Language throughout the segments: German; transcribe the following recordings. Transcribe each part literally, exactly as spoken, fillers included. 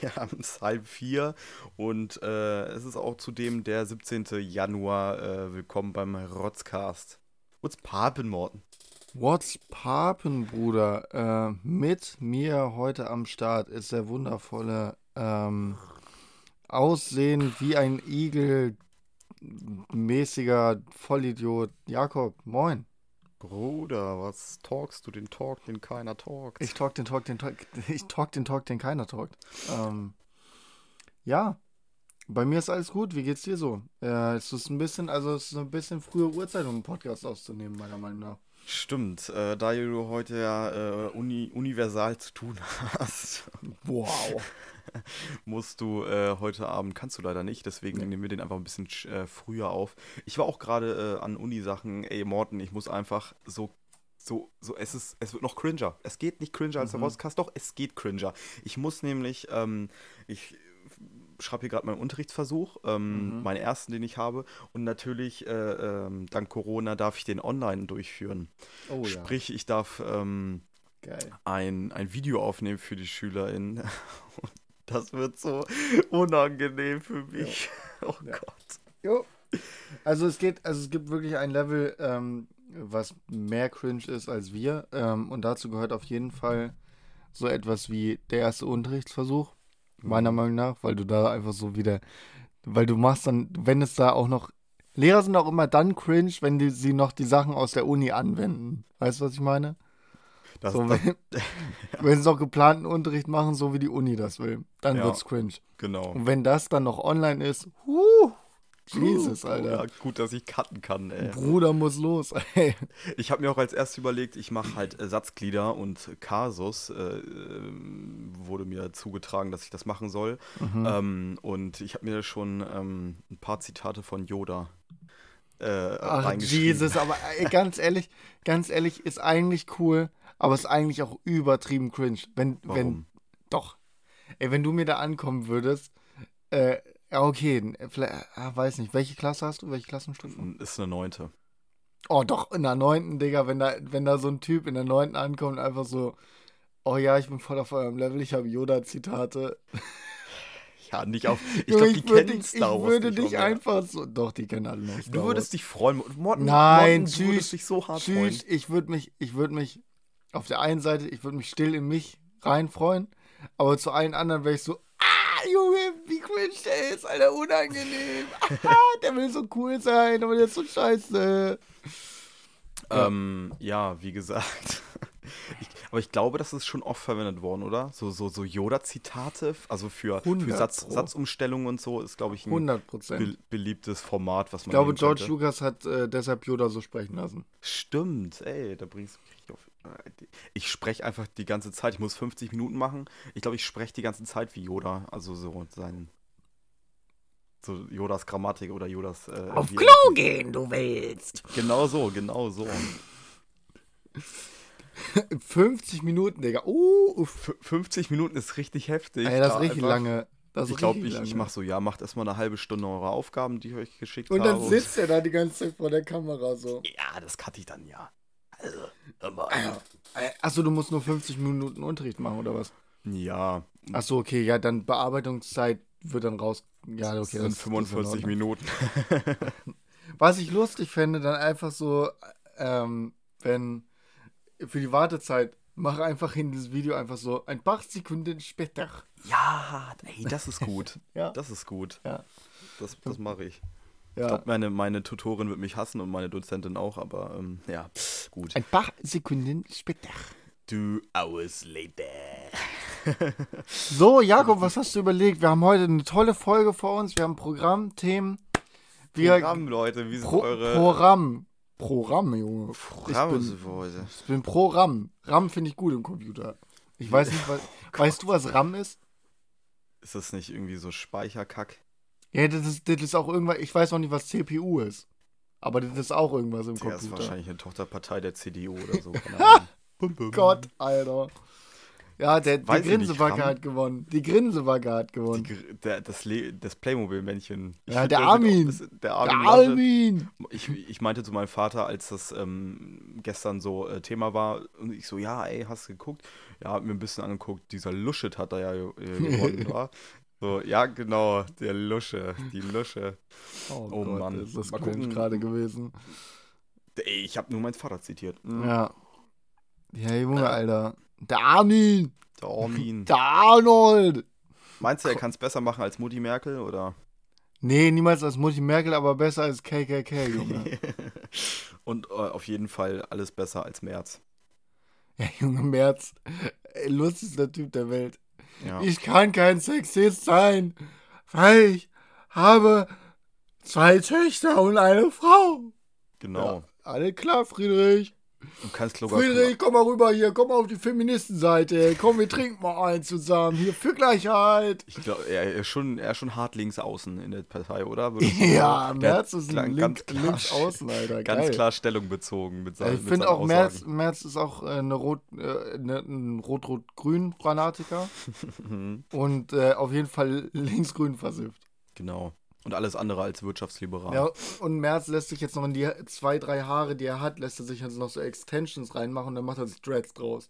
Wir haben es halb vier und äh, es ist auch zudem der siebzehnten Januar. Äh, willkommen beim Rotzcast. What's poppin', Morten? What's poppin', Bruder? Äh, mit mir heute am Start ist der wundervolle, ähm, Aussehen wie ein Igel, mäßiger Vollidiot Jakob. Moin. Bruder, was talkst du? Den Talk, den keiner Ich talkt. talk den Talk, den Talk, ich talk den Talk, den keiner talkt. Ähm, ja, bei mir ist alles gut. Wie geht's dir so? Äh, es ist ein bisschen, also es ist ein bisschen frühe Uhrzeit, um einen Podcast aufzunehmen, meiner Meinung nach. Stimmt, äh, da du heute ja äh, uni universal zu tun hast, Wow. musst du äh, heute Abend, kannst du leider nicht, deswegen Nee. nehmen wir den einfach ein bisschen sch- äh, früher auf. Ich war auch gerade äh, an Uni-Sachen, ey Morten, ich muss einfach so, so, so, es ist, es wird noch cringer. Es geht nicht cringer als der Mhm. Podcast, doch, es geht cringer. Ich muss nämlich, ähm, ich schreibe hier gerade meinen Unterrichtsversuch, ähm, Mhm. meinen ersten, den ich habe, und natürlich, äh, ähm, dank Corona darf ich den online durchführen. Oh ja, Sprich, ich darf ähm, geil. ein, ein Video aufnehmen für die SchülerInnen. Das wird so unangenehm für Jo. mich. Oh Ja. Gott. Jo. Also es geht, also es gibt wirklich ein Level, ähm, was mehr cringe ist als wir. Ähm, und dazu gehört auf jeden Fall so etwas wie der erste Unterrichtsversuch, meiner Mhm. Meinung nach, weil du da einfach so wieder, weil du machst dann, wenn es da auch noch, Lehrer sind auch immer dann cringe, wenn die, sie noch die Sachen aus der Uni anwenden. Weißt du, was ich meine? Das, So, das, wenn, wenn sie noch geplanten Unterricht machen, so wie die Uni das will, dann ja, wird's cringe. genau. Und wenn das dann noch online ist, huh, Puh, Jesus, Alter. Bruder, gut, dass ich cutten kann, ey. Bruder muss los, ey. Ich habe mir auch als erstes überlegt, ich mache halt Ersatzglieder und Kasus. Äh, ähm, wurde mir zugetragen, dass ich das machen soll. Mhm. Ähm, und ich habe mir schon ähm, ein paar Zitate von Yoda äh, Ach, reingeschrieben. Jesus, aber ey, ganz ehrlich, ganz ehrlich, ist eigentlich cool, aber ist eigentlich auch übertrieben cringe. Wenn, wenn, Warum? doch. Ey, wenn du mir da ankommen würdest, äh, ja, okay, vielleicht, ah, weiß nicht, welche Klasse hast du? Welche Klassenstufe? Ist eine Neunte. Oh, doch, in der neunten, Digga, wenn da, wenn da so ein Typ in der neunten ankommt, einfach so, oh ja, ich bin voll auf eurem Level, ich habe Yoda-Zitate. Ja, nicht auf. Ich Junge, glaube, die ich würde kennen dich, ich Star Wars würde nicht mal dich mehr. einfach so, doch, die kennen alle noch Du Star würdest Wars. dich freuen. Morten, Nein, Morten, du würdest tschüss, dich so hart freuen. tschüss. Ich würde mich, ich würde mich auf der einen Seite, ich würde mich still in mich rein freuen, aber zu allen anderen wäre ich so, ah, Junge, wie cringe der ist, Alter, unangenehm. Ah, der will so cool sein, aber der ist so scheiße. Ja, Ähm, ja, wie gesagt. Ich, aber ich glaube, das ist schon oft verwendet worden, oder? So, so, so Yoda-Zitate, also für, für hundert Satz, Pro. Satzumstellungen und so, ist, glaube ich, ein hundert Prozent. be beliebtes Format, was Ich man glaube, nehmen George könnte. Lucas hat äh, deshalb Yoda so sprechen lassen. Stimmt, ey, da bringst du mich auf. Ich spreche einfach die ganze Zeit. Ich muss fünfzig Minuten machen. Ich glaube, ich spreche die ganze Zeit wie Yoda. Also so sein. So Yodas Grammatik oder Yodas. Äh, Auf wie, er- Klo wie, gehen, du willst. genau so, genau so. fünfzig Minuten, Digga. Uh, uff. F fünfzig Minuten ist richtig heftig. Ey, das ist Da richtig einfach. lange. Das Ich ist glaube, richtig ich, ich lange. mache so, ja, macht erstmal eine halbe Stunde eure Aufgaben, die ich euch geschickt Und dann habe. Und sitzt er da die ganze Zeit vor der Kamera so. ja, das cutte ich dann ja. Also, hör mal. Achso, du musst nur fünfzig Minuten Unterricht machen, oder was? Ja, Achso, okay, ja, dann Bearbeitungszeit wird dann raus. Ja, es okay, sind das, das ist in fünfundvierzig Ordnung. Minuten. Was ich lustig fände, dann einfach so, ähm, wenn für die Wartezeit, mach einfach in dieses Video einfach so ein paar Sekunden später. Ja, ey, das ist gut. Ja, Das ist gut. ja, Das, das mache ich. Ich ja. glaube, meine, meine Tutorin wird mich hassen und meine Dozentin auch, aber ähm, ja, gut. Ein paar Sekunden später. Two hours later. So, Jakob, was hast du überlegt? Wir haben heute eine tolle Folge vor uns. Wir haben Programm, Themen. Wir, Programm, Leute, wie sind Pro, eure Programm. Programm, Junge. Ich Programme bin, so heute? ich bin pro RAM. RAM finde ich gut im Computer. Ich weiß nicht, was, weißt du, was RAM ist? Ist das nicht irgendwie so Speicherkack? Ja, das ist, das ist auch irgendwas, ich weiß noch nicht, was C P U ist. Aber das ist auch irgendwas im Der ist Computer. wahrscheinlich eine Tochterpartei der C D U oder so. Keine Ahnung. Bum, bum. Gott, Alter. Ja, der, die Weiß ich nicht, Grinsebacke Ram? hat gewonnen. Die Grinsebacke hat Die, gewonnen. Gr- der, das, Le das Playmobil-Männchen. Ich Ja, find, der sieht auch ein Armin. bisschen- Der Der Armin Laschet. Armin. Ich, ich meinte zu meinem Vater, als das ähm, gestern so äh, Thema war, und ich so, ja, ey, hast du geguckt? Ja, hab mir ein bisschen angeguckt, dieser Luschet hat da ja äh, gewonnen, war. So, ja, genau, der Lusche, die Lusche. Oh, Oh Gott, Mann. ist das Mal cringe gucken. gerade gewesen. Ey, ich habe nur meinen Vater zitiert. Mhm. Ja. Ja, Junge, Alter. Der Armin. Der Armin. Der Arnold. Meinst du, er kann es besser machen als Mutti Merkel, oder? Nee, niemals als Mutti Merkel, aber besser als K K K, Junge. Und äh, auf jeden Fall alles besser als Merz. Ja, Junge, Merz. Ey, lustigster Typ der Welt. Ja. Ich kann kein Sexist sein, weil ich habe zwei Töchter und eine Frau. Genau. Ja, alle klar, Friedrich. Du kannst sogar Friedrich, komm mal rüber hier, komm mal auf die Feministenseite. Komm, wir trinken mal einen zusammen. Hier für Gleichheit. Ich glaube, er ist schon, er ist schon hart links außen in der Partei, oder? Würdest du Ja, sagen? Der Merz hat ist klar- ein ganz Link, klar, links außen, Alter. ganz Geil. klar Stellung bezogen mit, Ja, seinen, ich mit finde seinen auch, Merz, Aussagen. Merz ist auch äh, eine Rot, äh, eine, ein Rot-Rot-Grün-Fanatiker Mhm. und äh, auf jeden Fall links-grün versifft. Genau. Und alles andere als wirtschaftsliberal. Ja, und Merz lässt sich jetzt noch in die zwei, drei Haare, die er hat, lässt er sich jetzt noch so Extensions reinmachen und dann macht er sich Dreads draus.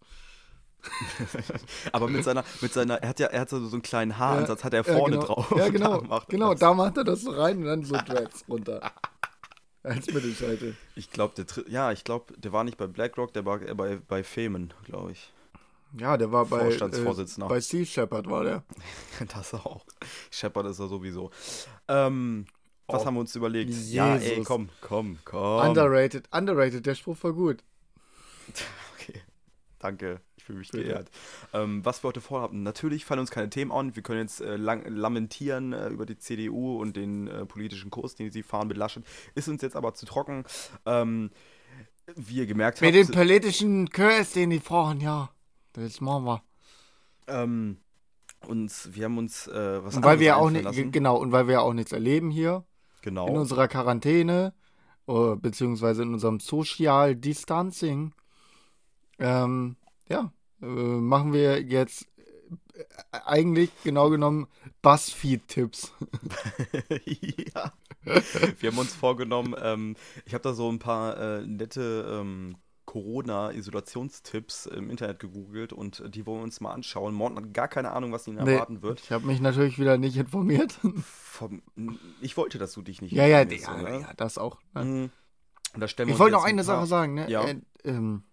Aber mit seiner, mit seiner, er hat ja, er hat so so einen kleinen Haaransatz, hat er Ja, vorne genau. drauf. Ja, genau. Da macht er Genau, das. da macht er das so rein und dann so Dreads runter. Als Mittelscheitel. Ich glaube, der, tri- ja, ich glaube, der war nicht bei BlackRock, der war äh, bei, bei Femen, glaube ich. Ja, der war bei, äh, Vorstandsvorsitzender. bei Sea Shepherd war der. Das auch. Shepard ist er sowieso. Ähm, was Oh, haben wir uns überlegt? Ja, ey, Jesus. komm, komm, komm. Underrated, underrated, der Spruch war gut. Okay. Danke, ich fühle mich Bitte. geehrt. Ähm, was wir heute vorhaben, natürlich fallen uns keine Themen an. Wir können jetzt äh, lang, lamentieren äh, über die C D U und den äh, politischen Kurs, den sie fahren mit Laschet. Ist uns jetzt aber zu trocken. Ähm, wie ihr gemerkt Mit habt, dem politischen Kurs, den die fahren, ja. Das machen wir. ähm, uns, wir haben uns äh, was Und weil anderes wir ja auch einfallen nicht, lassen. genau, und weil wir ja auch nichts erleben hier Genau. in unserer Quarantäne, äh, beziehungsweise in unserem Social Distancing, ähm, ja, äh, machen wir jetzt äh, eigentlich genau genommen BuzzFeed-Tipps. Ja. Wir haben uns vorgenommen, ähm, ich habe da so ein paar äh, nette ähm, Corona-Isolationstipps im Internet gegoogelt und äh, die wollen wir uns mal anschauen. Morten hat gar keine Ahnung, was ihn Nee, erwarten wird. ich habe mich natürlich wieder nicht informiert. Vom, ich wollte, dass du dich nicht ja, ja, informierst, ja, ne? ja, das auch. Ne? Mhm. Und da stellen wir Ich uns wollte jetzt noch ein eine paar- Sache sagen, ne? Ja. Äh, ähm,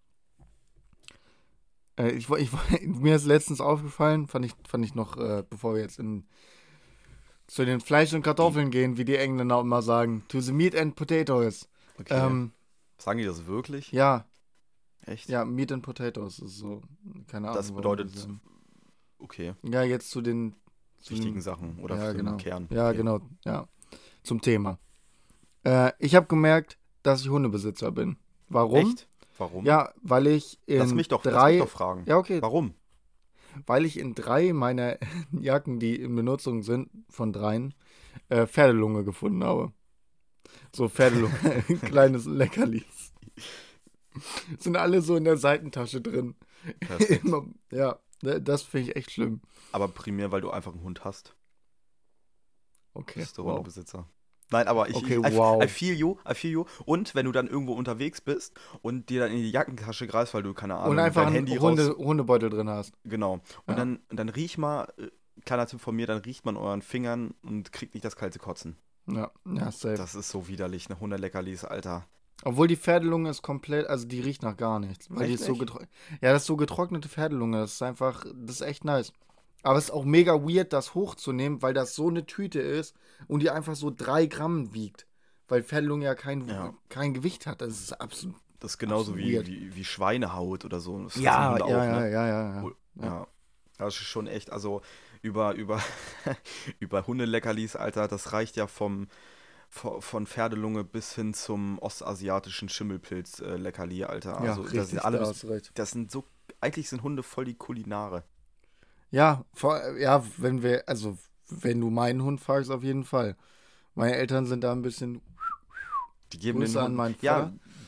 äh, ich, woll- ich, woll- mir ist letztens aufgefallen, fand ich, fand ich noch, äh, bevor wir jetzt in, zu den Fleisch und Kartoffeln gehen, wie die Engländer immer sagen, to the meat and potatoes. Okay. Ähm, Sagen die das wirklich? ja, Echt? ja, meat and potatoes ist so, keine Ahnung. Das warum bedeutet, die sagen. okay, Ja, jetzt zu den zu wichtigen den, Sachen oder ja, für den genau. Kern. Ja, Okay. genau, ja. Zum Thema. Äh, ich habe gemerkt, dass ich Hundebesitzer bin. Warum? Echt? Warum? Ja, weil ich in lass mich doch, lass drei, mich doch fragen. ja okay, Warum? weil ich in drei meiner Jacken, die in Benutzung sind, von dreien, äh, Pferdelunge gefunden habe. So Pferdelunge, kleines Leckerlis. Sind alle so in der Seitentasche drin. Perfekt. Immer, ja, ne, das finde ich echt schlimm. Aber primär, weil du einfach einen Hund hast. Okay, Bist du wow. Hundebesitzer. Nein, aber ich, Okay, ich I, wow. I feel you, I feel you. Und wenn du dann irgendwo unterwegs bist und dir dann in die Jackentasche greifst, weil du, keine Ahnung, Und einfach dein einen Handy Hunde, raus... Hundebeutel drin hast. Genau. Und Ja. dann, dann riech mal, äh, kleiner Tipp von mir, dann riecht man euren Fingern und kriegt nicht das kalte Kotzen. Ja, ja, safe. Das ist so widerlich, ne Hundeleckerlis, Alter. Obwohl die Pferdelunge ist komplett, also die riecht nach gar nichts. Weil die Echt ist so nicht? getrocknet. Ja, das ist so getrocknete Pferdelunge. Das ist einfach, das ist echt nice. Aber es ist auch mega weird, das hochzunehmen, weil das so eine Tüte ist und die einfach so drei Gramm wiegt. Weil Pferdelunge ja kein, Ja. kein Gewicht hat. Das ist absolut. Das ist genauso Absolut wie, weird. wie, wie Schweinehaut oder so. Das fressen Ja, Hunde ja, auch, ja, ne? ja, ja, ja, Wohl- ja. Ja. Das ist schon echt, also über, über, über Hundeleckerlis, Alter, das reicht ja vom, von, von Pferdelunge bis hin zum ostasiatischen Schimmelpilz-Leckerli, Alter. Ja, Also das richtig, sind da alles, hast du recht. das sind so, eigentlich sind Hunde voll die Kulinare. Ja, vor, ja, wenn wir, also wenn du meinen Hund fragst, auf jeden Fall. Meine Eltern sind da ein bisschen. Die geben Grüße den an Hund, meinen ja, Vater.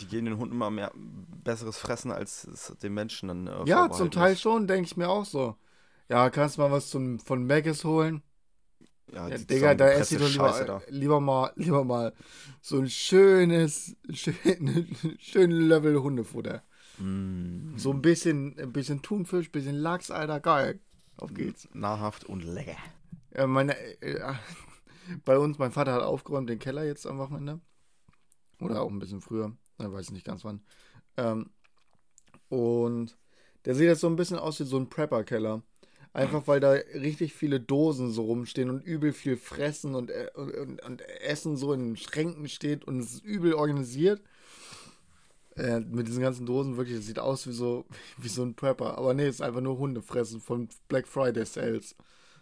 die gehen den Hunden immer mehr besseres Fressen, als es den Menschen dann äh, Ja, zum Teil ist. schon, denke ich mir auch so. Ja, kannst du mal was zum, von Maggis holen? Ja, Ja, die Digga, da esse zusammengepresste ich doch lieber, Scheiße da. lieber mal, lieber mal so ein schönes, schön, schönen Level Hundefutter. Mm. So ein bisschen, ein bisschen Thunfisch, bisschen Lachs, Alter, geil. Auf geht's. Nahrhaft und lecker. Ja, meine, äh, bei uns, mein Vater hat aufgeräumt den Keller jetzt am Wochenende. Oder auch ein bisschen früher, ich weiß nicht ganz wann. Ähm, und der sieht jetzt so ein bisschen aus wie so ein Prepper-Keller. Einfach weil da richtig viele Dosen so rumstehen und übel viel Fressen und, äh, und, und, und Essen so in Schränken steht und es ist übel organisiert. Äh, mit diesen ganzen Dosen wirklich, das sieht aus wie so, wie so ein Prepper. Aber nee, es ist einfach nur Hundefressen von Black Friday Sales.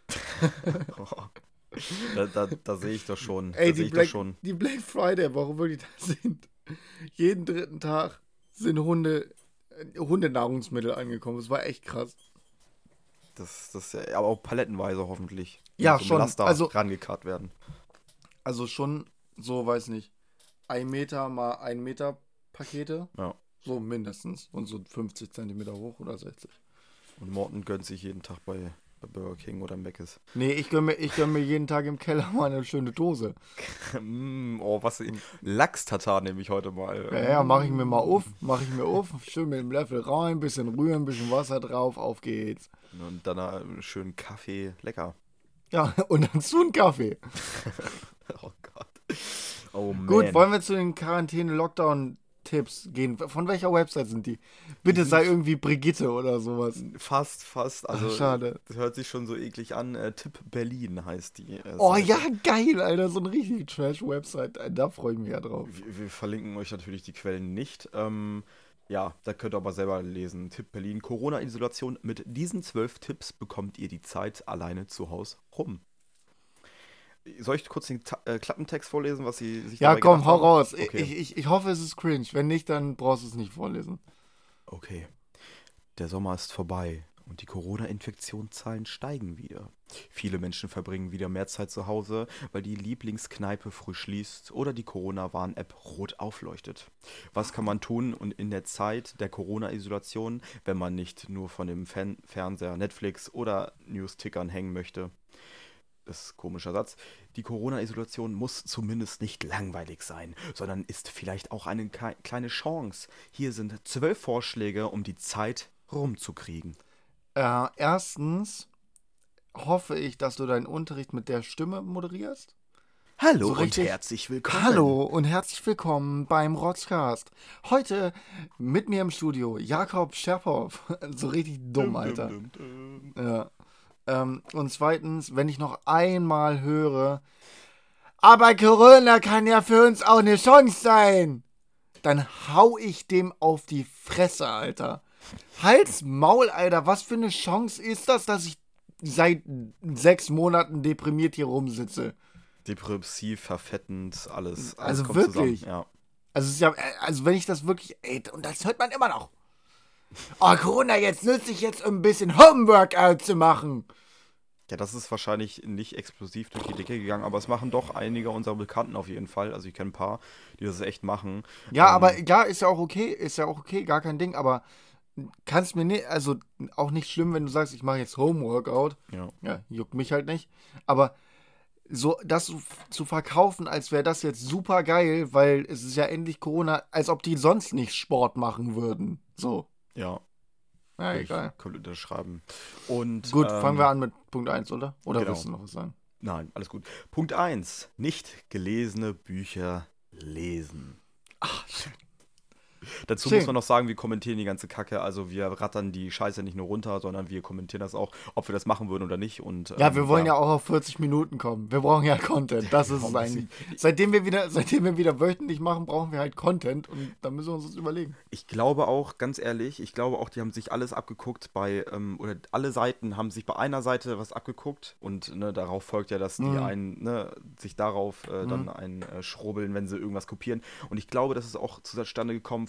Da, da, da sehe ich doch schon. Ey, da die sehe ich Black, doch schon. die Black Friday, warum wirklich das sind? Jeden dritten Tag sind Hunde, äh, Hundenahrungsmittel angekommen. Das war echt krass. Das, das ja, aber auch palettenweise hoffentlich. Die Ja, mit so einem schon. Laster Also- rangekarrt werden. Also schon so, weiß nicht, ein Meter mal ein Meter Pakete. Ja. So mindestens. Und so fünfzig Zentimeter hoch oder sechzig. Und Morten gönnt sich jeden Tag bei, bei Burger King oder Mc's. Nee, ich gönn mir, ich gönn mir jeden Tag im Keller mal eine schöne Dose. mm, oh, was. Lachs-Tatar nehme ich heute mal. Ja, ja, mach ich mir mal auf, mach ich mir auf, schön mit dem Löffel rein, bisschen rühren, bisschen Wasser drauf, auf geht's. Und dann einen schönen Kaffee. Lecker. Ja, und dann zu einem Kaffee. Oh Gott. Oh man. Gut, wollen wir zu den Quarantäne-Lockdown-Tipps gehen? Von welcher Website sind die? Bitte sei irgendwie Brigitte oder sowas. Fast, fast. Also, Ach, schade. Das hört sich schon so eklig an. Äh, Tipp Berlin heißt die. Äh, Oh Seite. ja, geil, Alter, so eine richtig Trash-Website. Da freue ich mich ja drauf. Wir, wir verlinken euch natürlich die Quellen nicht. Ähm, ja, da könnt ihr aber selber lesen. Tipp Berlin, Corona-Isolation. Mit diesen zwölf Tipps bekommt ihr die Zeit alleine zu Hause rum. Soll ich kurz den Ta äh, Klappentext vorlesen, was sie sich Ja, dabei komm, gedacht hau haben? raus. Okay. Ich, ich, ich hoffe, es ist cringe. Wenn nicht, dann brauchst du es nicht vorlesen. Okay. Der Sommer ist vorbei und die Corona-Infektionszahlen steigen wieder. Viele Menschen verbringen wieder mehr Zeit zu Hause, weil die Lieblingskneipe früh schließt oder die Corona-Warn-App rot aufleuchtet. Was kann man tun und in der Zeit der Corona-Isolation, wenn man nicht nur von dem Fan Fernseher, Netflix oder News-Tickern hängen möchte? Das ist ein komischer Satz. Die Corona-Isolation muss zumindest nicht langweilig sein, sondern ist vielleicht auch eine ke- kleine Chance. Hier sind zwölf Vorschläge, um die Zeit rumzukriegen. Äh, erstens hoffe ich, dass du deinen Unterricht mit der Stimme moderierst. Hallo So und richtig- herzlich willkommen. Hallo und herzlich willkommen beim Rotzcast. Heute mit mir im Studio Jakob Scherpow. So richtig dumm, Alter. Dum, dum, dum. Ja. Ähm, und zweitens, wenn ich noch einmal höre, aber Corona kann ja für uns auch eine Chance sein, dann hau ich dem auf die Fresse, Alter. Halt's Maul, Alter. Was für eine Chance ist das, dass ich seit sechs Monaten deprimiert hier rumsitze? Depressiv, verfettend, alles. alles Also kommt wirklich? Zusammen. Ja. Also, es ist ja, also wenn ich das wirklich, ey, und das hört man immer noch. Oh, Corona, jetzt nütze ich jetzt, um ein bisschen Homeworkout zu machen. ja, das ist wahrscheinlich nicht explosiv durch die Decke gegangen, aber es machen doch einige unserer Bekannten auf jeden Fall. Also ich kenne ein paar, die das echt machen. Ja, Ähm, aber ja, ist ja auch okay, ist ja auch okay, gar kein Ding, aber kannst mir nicht, also auch nicht schlimm, wenn du sagst, ich mache jetzt Homeworkout. Ja. Ja, juckt mich halt nicht. Aber so das zu, zu verkaufen, als wäre das jetzt super geil, weil es ist ja endlich Corona, als ob die sonst nicht Sport machen würden. So. Ja, Ja, ich egal. könnte unterschreiben. Und, Gut, ähm, fangen wir an mit Punkt eins, oder? Oder genau. willst du noch was sagen? Nein, alles gut. Punkt eins. Nicht gelesene Bücher lesen. Ach, schön. Dazu Schön. muss man noch sagen, wir kommentieren die ganze Kacke. Also wir rattern die Scheiße nicht nur runter, sondern wir kommentieren das auch, ob wir das machen würden oder nicht. Und, Ja, ähm, wir wollen ja auch auf vierzig Minuten kommen. Wir brauchen ja Content. Das ist es eigentlich. Seitdem wir wieder, seitdem wir wieder wöchentlich machen, brauchen wir halt Content und da müssen wir uns das überlegen. Ich glaube auch, ganz ehrlich, ich glaube auch, die haben sich alles abgeguckt bei, ähm, oder alle Seiten haben sich bei einer Seite was abgeguckt und ne, darauf folgt ja, dass die Mhm. einen, ne, sich darauf äh, dann Mhm. ein äh, schrubbeln, wenn sie irgendwas kopieren. Und ich glaube, das ist auch zustande gekommen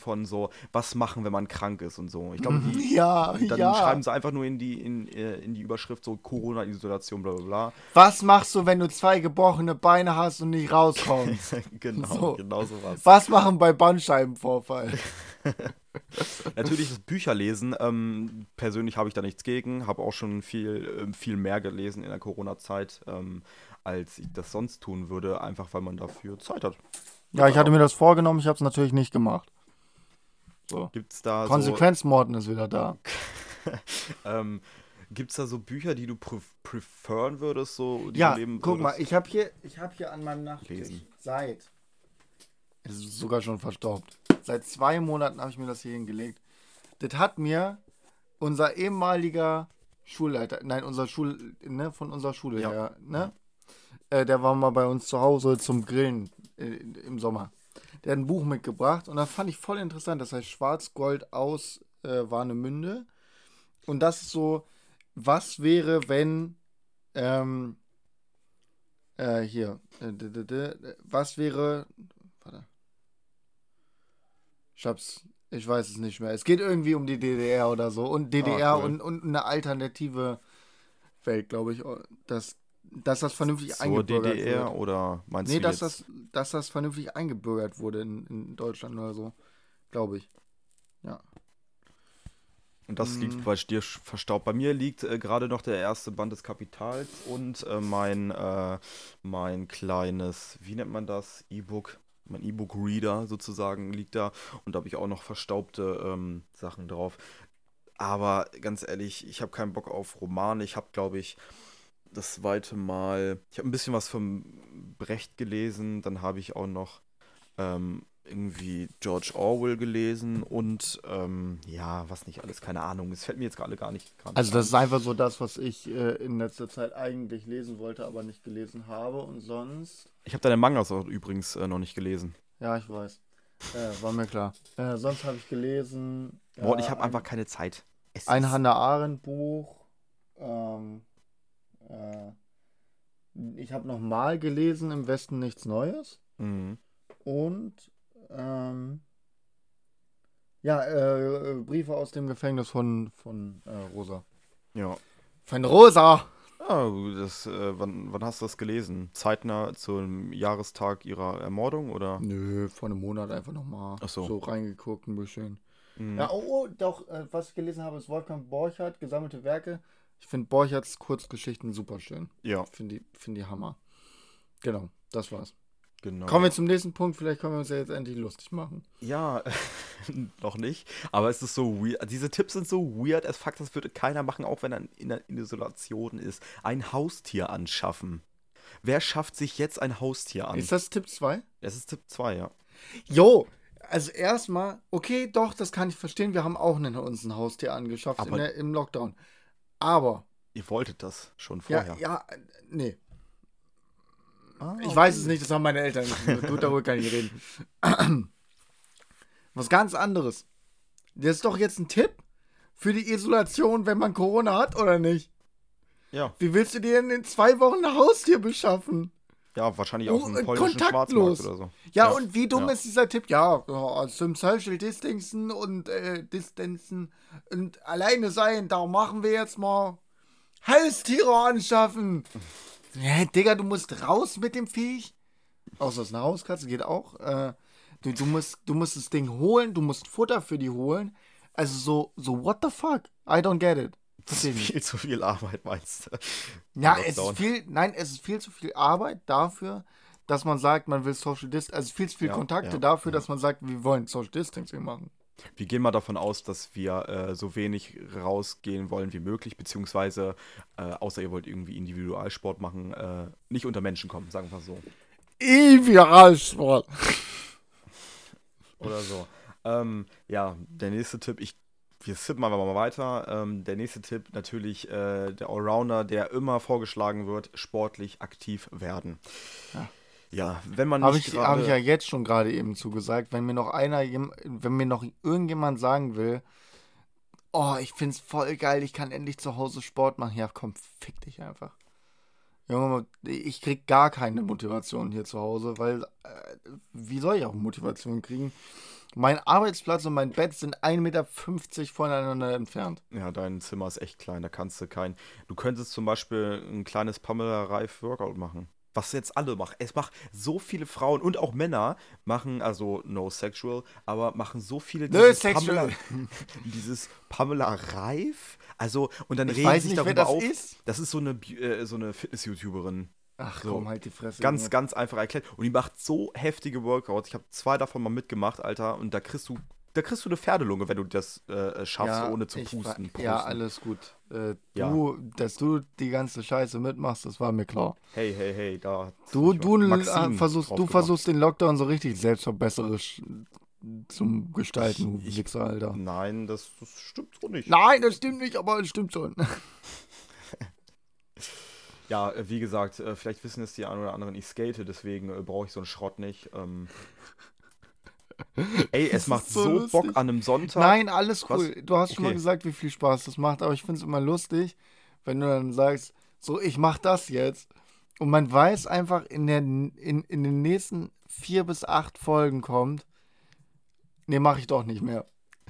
von so, was machen, wenn man krank ist und so. Ich glaube, die, Ja, dann ja. schreiben sie einfach nur in die, in, äh, in die Überschrift so Corona-Isolation, bla bla bla. Was machst du, wenn du zwei gebrochene Beine hast und nicht rauskommst? Genau, So. genau sowas. Was machen bei Bandscheibenvorfall? Natürlich das Bücherlesen, ähm, persönlich habe ich da nichts gegen, habe auch schon viel, ähm, viel mehr gelesen in der Corona-Zeit, ähm, als ich das sonst tun würde, einfach weil man dafür Zeit hat. Ja, ich hatte mir das vorgenommen, ich habe es natürlich nicht gemacht. So. Gibt's da so, Konsequenzmorden ist wieder da. ähm, gibt's da so Bücher, die du pref- preferen würdest, so, die Ja, du leben guck mal, würdest? ich habe hier, ich habe hier an meinem Nachttisch Lesen. seit, es ist sogar schon verstaubt, seit zwei Monaten habe ich mir das hier hingelegt. Das hat mir unser ehemaliger Schulleiter, nein, unser Schul, ne, von unserer Schule Ja. her, ne, äh, der war mal bei uns zu Hause zum Grillen äh, im Sommer. Der hat ein Buch mitgebracht und das fand ich voll interessant. Das heißt Schwarz-Gold aus äh, Warnemünde. Und das ist so, was wäre, wenn, ähm, äh, hier, äh, d- d- d- was wäre, warte, ich hab's, ich weiß es nicht mehr. Es geht irgendwie um die D D R oder so und D D R Ah, cool. und, und eine alternative Welt, glaube ich, dass, dass das vernünftig Zur eingebürgert D D R wird. oder meinst Nee, du dass jetzt? das, dass das vernünftig eingebürgert wurde in, in Deutschland oder so, glaube ich. Ja. Und das Mm. liegt bei dir sch- verstaubt. Bei mir liegt äh, gerade noch der erste Band des Kapitals und äh, mein, äh, mein kleines, wie nennt man das? E-Book, mein E-Book-Reader sozusagen liegt da. Und da habe ich auch noch verstaubte ähm, Sachen drauf. Aber ganz ehrlich, ich habe keinen Bock auf Romane. Ich habe, glaube ich, das zweite Mal, ich habe ein bisschen was vom Brecht gelesen. Dann habe ich auch noch ähm, irgendwie George Orwell gelesen und ähm, ja, was nicht alles, keine Ahnung. Es fällt mir jetzt gerade gar nicht. Gar nicht Also das ist ein. einfach so das, was ich äh, in letzter Zeit eigentlich lesen wollte, aber nicht gelesen habe. Und sonst, Ich habe deine Mangas auch übrigens äh, noch nicht gelesen. ja, ich weiß, äh, war mir klar. Äh, sonst habe ich gelesen Boah, und äh, ich habe ein, einfach keine Zeit. Es ein ist, Hannah Arendt Buch. Ähm, äh, ich habe noch mal gelesen, Im Westen nichts Neues. Mhm. Und ähm, ja, äh, Briefe aus dem Gefängnis von, von äh, Rosa. Ja. Von Rosa! Ah, das, äh, wann, wann hast du das gelesen? Zeitnah zum Jahrestag ihrer Ermordung oder? Nö, vor einem Monat einfach nochmal Ach so. so reingeguckt, ein bisschen. Mhm. Ja, oh, oh doch, äh, was ich gelesen habe, ist Wolfgang Borchardt, Gesammelte Werke. Ich finde Borchardts Kurzgeschichten super schön. Ja, Ich finde die, find die Hammer. Genau, das war's. genau. Kommen wir zum nächsten Punkt, vielleicht können wir uns ja jetzt endlich lustig machen. Ja, noch nicht. Aber es ist so weird. Diese Tipps sind so weird as fuck, das würde keiner machen, auch wenn er in der in Isolation ist. Ein Haustier anschaffen. Wer schafft sich jetzt ein Haustier an? Ist das Tipp zwei? Das ist Tipp zwei, ja. Jo, also erstmal, okay, doch, das kann ich verstehen. Wir haben auch einen, uns ein Haustier angeschafft in Aber- der, im Lockdown. Aber, Ihr wolltet das schon ja, vorher. ja, äh, nee. Ah, Ich okay. weiß es nicht, das haben meine Eltern nicht. Gut, darüber kann ich reden. Was ganz anderes. Das ist doch jetzt ein Tipp für die Isolation, wenn man Corona hat, oder nicht? Ja, Wie willst du dir denn in zwei Wochen ein Haustier beschaffen? ja, wahrscheinlich Oh, auf dem äh, polnischen kontaktlos. Schwarzmarkt oder so. Ja, Ja, und wie dumm ja. ist dieser Tipp? Ja, ja, zum Social Distancen und äh, Distanzen und alleine sein, da machen wir jetzt mal Haustiere anschaffen. Hä, Digga, du musst raus mit dem Viech. Außer es ist eine Hauskatze, geht auch. Äh, du, du, musst, du musst das Ding holen, du musst Futter für die holen. Also so, so what the fuck? I don't get it. Das ist viel zu viel Arbeit, meinst du? Ja, Im es ist Lockdown. viel, nein, es ist viel zu viel Arbeit dafür, dass man sagt, man will Social Distancing, also viel zu viel Ja, Kontakte ja, dafür, ja. dass man sagt, wir wollen Social Distancing machen. Wir gehen mal davon aus, dass wir äh, so wenig rausgehen wollen wie möglich, beziehungsweise, äh, außer ihr wollt irgendwie Individualsport machen, äh, nicht unter Menschen kommen, sagen wir so. Idealsport. Oder so. Ähm, ja, der nächste Tipp, ich, wir sippen einfach mal weiter. Ähm, der nächste Tipp natürlich äh, der Allrounder, der immer vorgeschlagen wird, sportlich aktiv werden. Ja. Ja, wenn man Habe nicht ich, gerade... hab ich ja jetzt schon gerade eben zugesagt, wenn mir noch einer, jem- wenn mir noch irgendjemand sagen will, oh, ich find's voll geil, ich kann endlich zu Hause Sport machen, ja komm, fick dich einfach. Junge, ich krieg gar keine Motivation hier zu Hause, weil, äh, wie soll ich auch Motivation kriegen? Mein Arbeitsplatz und mein Bett sind ein Meter fünfzig voneinander entfernt. Ja, dein Zimmer ist echt klein, da kannst du kein. Du könntest zum Beispiel ein kleines Pamela Reif Workout machen. Was jetzt alle machen. Es macht so viele Frauen und auch Männer machen, also no sexual, aber machen so viele Nö, dieses Pamela, sexual. dieses Pamela Reif. Also, und dann Ich regen weiß sich nicht, wer darüber das auf. ist. Das ist so eine, Bi- äh, so eine Fitness-YouTuberin. Ach So, komm, halt die Fresse, ganz, Junge. ganz einfach erklärt. Und die macht so heftige Workouts. Ich habe zwei davon mal mitgemacht, Alter. Und da kriegst du, da kriegst du eine Pferdelunge, wenn du das äh, schaffst, Ja, ohne zu ich pusten. wa- ja, Pusten. alles gut. Äh, Ja. du, dass du die ganze Scheiße mitmachst, das war mir klar. Hey, hey, hey, da hat Du, mich du, Maxim äh, versuchst, drauf du gebracht. versuchst den Lockdown so richtig selbstverbesserisch zum Gestalten, du Ich- Wichser, Alter. Nein, das, das stimmt so nicht. Nein, das stimmt nicht, aber es stimmt schon. Ja, äh, wie gesagt, äh, vielleicht wissen es die einen oder anderen, ich skate, deswegen äh, brauche ich so einen Schrott nicht. Ähm, ey, es Das macht ist so so lustig. Bock an einem Sonntag. Nein, alles Was? cool. Du hast schon mal Okay. gesagt, wie viel Spaß das macht, aber ich finde es immer lustig, wenn du dann sagst, so, ich mach das jetzt. Und man weiß einfach, in, der, in, in den nächsten vier bis acht Folgen kommt, nee, mach ich doch nicht mehr.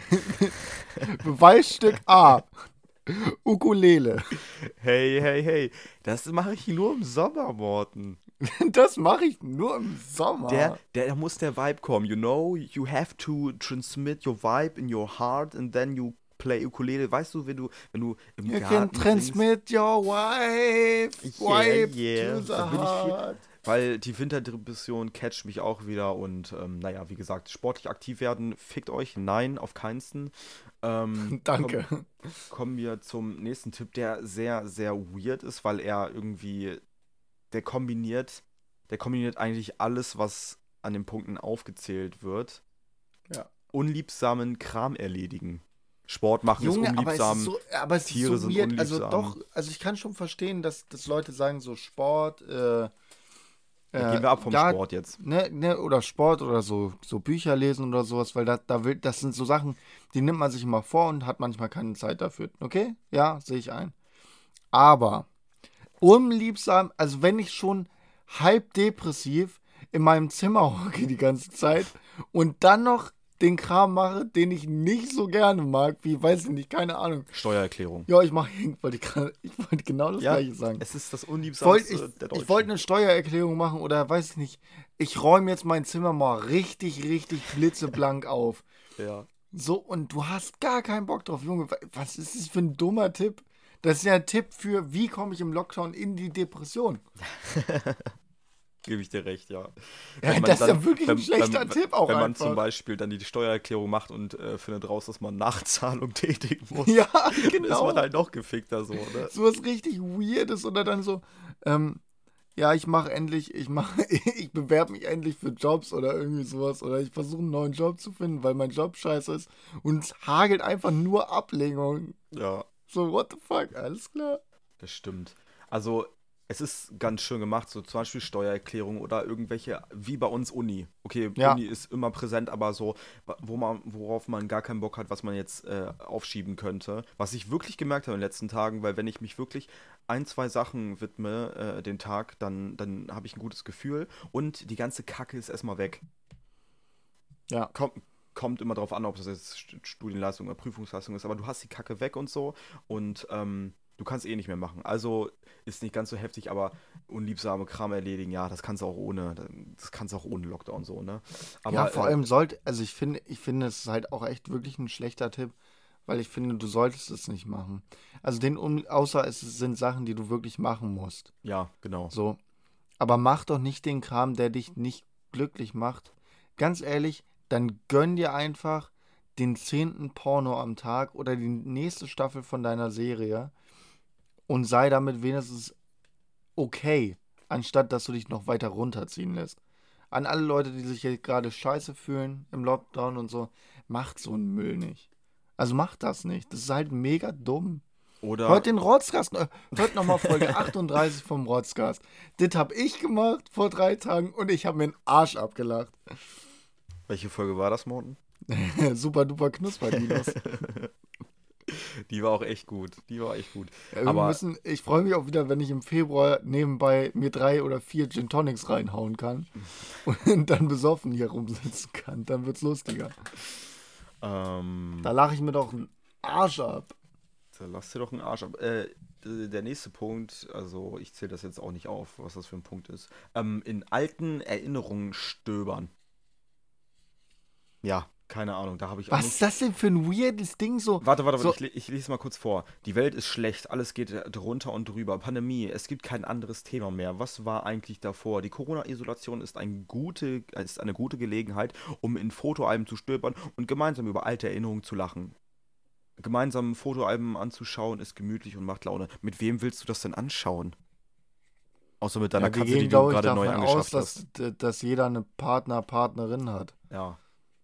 Beweisstück A. Ukulele. Hey, hey, hey. Das mache ich nur im Sommer, Morten. Das mache ich nur im Sommer. Der, der, da muss der Vibe kommen, you know? You have to transmit your vibe in your heart and then you play Ukulele. Weißt du, wenn du, wenn du im You Garten can singst, transmit your wife, Yeah, wife yeah. to the Da bin ich viel- heart. weil die Winterdepression catcht mich auch wieder und ähm, naja, wie gesagt, sportlich aktiv werden, fickt euch, nein, auf keinsten. Ähm, Danke. Komm, kommen wir zum nächsten Tipp, der sehr, sehr weird ist, weil er irgendwie, der kombiniert, der kombiniert eigentlich alles, was an den Punkten aufgezählt wird. Ja. Unliebsamen Kram erledigen. Sport machen Junge, ist aber es ist unliebsam. so, aber es Tiere ist so sind weird. Also unliebsam. doch, also ich kann schon verstehen, dass, dass Leute sagen, so Sport, äh, Ja, äh, gehen wir ab vom da- Sport jetzt. Ne, ne, oder Sport oder so, so Bücher lesen oder sowas, weil da, da will, das sind so Sachen, die nimmt man sich immer vor und hat manchmal keine Zeit dafür. Okay? Ja, sehe ich ein. Aber unliebsam, also wenn ich schon halb depressiv in meinem Zimmer hocke die ganze Zeit und dann noch den Kram mache, den ich nicht so gerne mag, wie, weiß ich nicht, keine Ahnung. Steuererklärung. Ja, ich mache, wollte ich, gerade- ich wollte genau das Ja, gleiche sagen. Es ist das Ich wollte unliebsamste ich, der Deutschen. ich wollte eine Steuererklärung machen oder weiß ich nicht. Ich räume jetzt mein Zimmer mal richtig, richtig blitzeblank auf. Ja. So, und du hast gar keinen Bock drauf, Junge. wa- Was ist das für ein dummer Tipp? Das ist ja ein Tipp für, wie komme ich im Lockdown in die Depression. Gebe ich dir recht, ja. Ja, Wenn man das ist dann- ja wirklich ein wenn- schlechter wenn, Tipp auch Wenn man einfach. zum Beispiel dann die Steuererklärung macht und äh, findet raus, dass man Nachzahlung tätigen muss, Ja, dann ist genau. man halt noch gefickter so, ne? So was richtig Weirdes oder dann so, ähm, ja, ich mache endlich, ich mache, ich bewerbe mich endlich für Jobs oder irgendwie sowas oder ich versuche einen neuen Job zu finden, weil mein Job scheiße ist und es hagelt einfach nur Ablehnung. Ja, So, what the fuck, alles klar. das stimmt. Also, es ist ganz schön gemacht, so zum Beispiel Steuererklärung oder irgendwelche, wie bei uns Uni. Okay, Ja. Uni ist immer präsent, aber so, wo man, worauf man gar keinen Bock hat, was man jetzt äh, aufschieben könnte. Was ich wirklich gemerkt habe in den letzten Tagen, weil wenn ich mich wirklich ein, zwei Sachen widme, äh, den Tag, dann, dann habe ich ein gutes Gefühl und die ganze Kacke ist erstmal weg. Ja. Kommt, kommt immer drauf an, ob das jetzt St- Studienleistung oder Prüfungsleistung ist, aber du hast die Kacke weg und so und ähm, du kannst eh nicht mehr machen. Also ist nicht ganz so heftig, aber unliebsame Kram erledigen, ja, das kannst du auch ohne, das kannst du auch ohne Lockdown so, ne? Aber, ja, vor äh, allem sollte, also ich finde, ich finde, es ist halt auch echt wirklich ein schlechter Tipp, weil ich finde, du solltest es nicht machen. Also den, um, außer es sind Sachen, die du wirklich machen musst. ja, genau. So. Aber mach doch nicht den Kram, der dich nicht glücklich macht. Ganz ehrlich, dann gönn dir einfach den zehnten Porno am Tag oder die nächste Staffel von deiner Serie und sei damit wenigstens okay, anstatt dass du dich noch weiter runterziehen lässt. An alle Leute, die sich jetzt gerade scheiße fühlen im Lockdown und so, macht so einen Müll nicht. Also macht das nicht. Das ist halt mega dumm. Oder Hört den Rotzcast, äh, hört nochmal Folge achtunddreißig vom Rotzcast. Das hab ich gemacht vor drei Tagen und ich habe mir den Arsch abgelacht. welche Folge war das, Morten? Super duper Knusperdinos. Die war auch echt gut. Die war echt gut. Ja, wir Aber müssen, ich freue mich auch wieder, wenn ich im Februar nebenbei mir drei oder vier Gin Tonics reinhauen kann und dann besoffen hier rumsitzen kann. Dann wird's lustiger. ähm, Da lache ich mir doch einen Arsch ab. da lass dir doch einen Arsch ab. Äh, d- der nächste Punkt, also ich zähle das jetzt auch nicht auf, was das für ein Punkt ist. Ähm, in alten Erinnerungen stöbern. Ja, keine Ahnung, da habe ich auch Was ist nicht. das denn für ein weirdes Ding? So, Warte, warte, warte, so, ich, le- ich lese mal kurz vor. Die Welt ist schlecht, alles geht äh, drunter und drüber. Pandemie, es gibt kein anderes Thema mehr. Was war eigentlich davor? Die Corona-Isolation ist, ein gute, ist eine gute Gelegenheit, um in Fotoalben zu stöbern und gemeinsam über alte Erinnerungen zu lachen. Gemeinsam Fotoalben anzuschauen ist gemütlich und macht Laune. Mit wem willst du das denn anschauen? Außer mit deiner ja, wir Katze, die gehen, du glaube ich, gerade neu davon aus, angeschafft hast. dass, dass jeder eine Partner, Partnerin hat. Ja.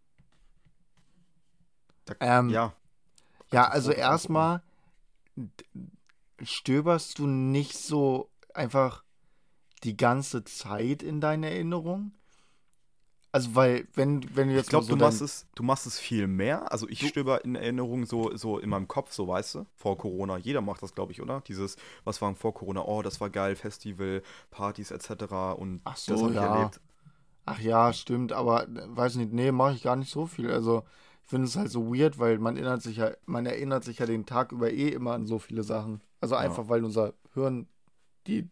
Da, Ähm, ja, ja, alte also Fotos angucken. erstmal d- stöberst du nicht so einfach die ganze Zeit in deine Erinnerung? Also, weil, wenn, wenn du Ich jetzt mal glaube, so du machst dein. es, du machst es viel mehr. Also ich Du, stöber in Erinnerungen so, so in meinem Kopf, so weißt du, vor Corona. Jeder macht das, glaube ich, oder? Dieses, was war vor Corona? Oh, das war geil, Festival, Partys et cetera. Und ach das so, habe ich ja. erlebt. Ach ja, stimmt, aber äh, weiß nicht, nee, mache ich gar nicht so viel. Also, ich finde es halt so weird, weil man erinnert sich ja, man erinnert sich ja den Tag über eh immer an so viele Sachen. Also Ja. einfach, weil unser Hirn die,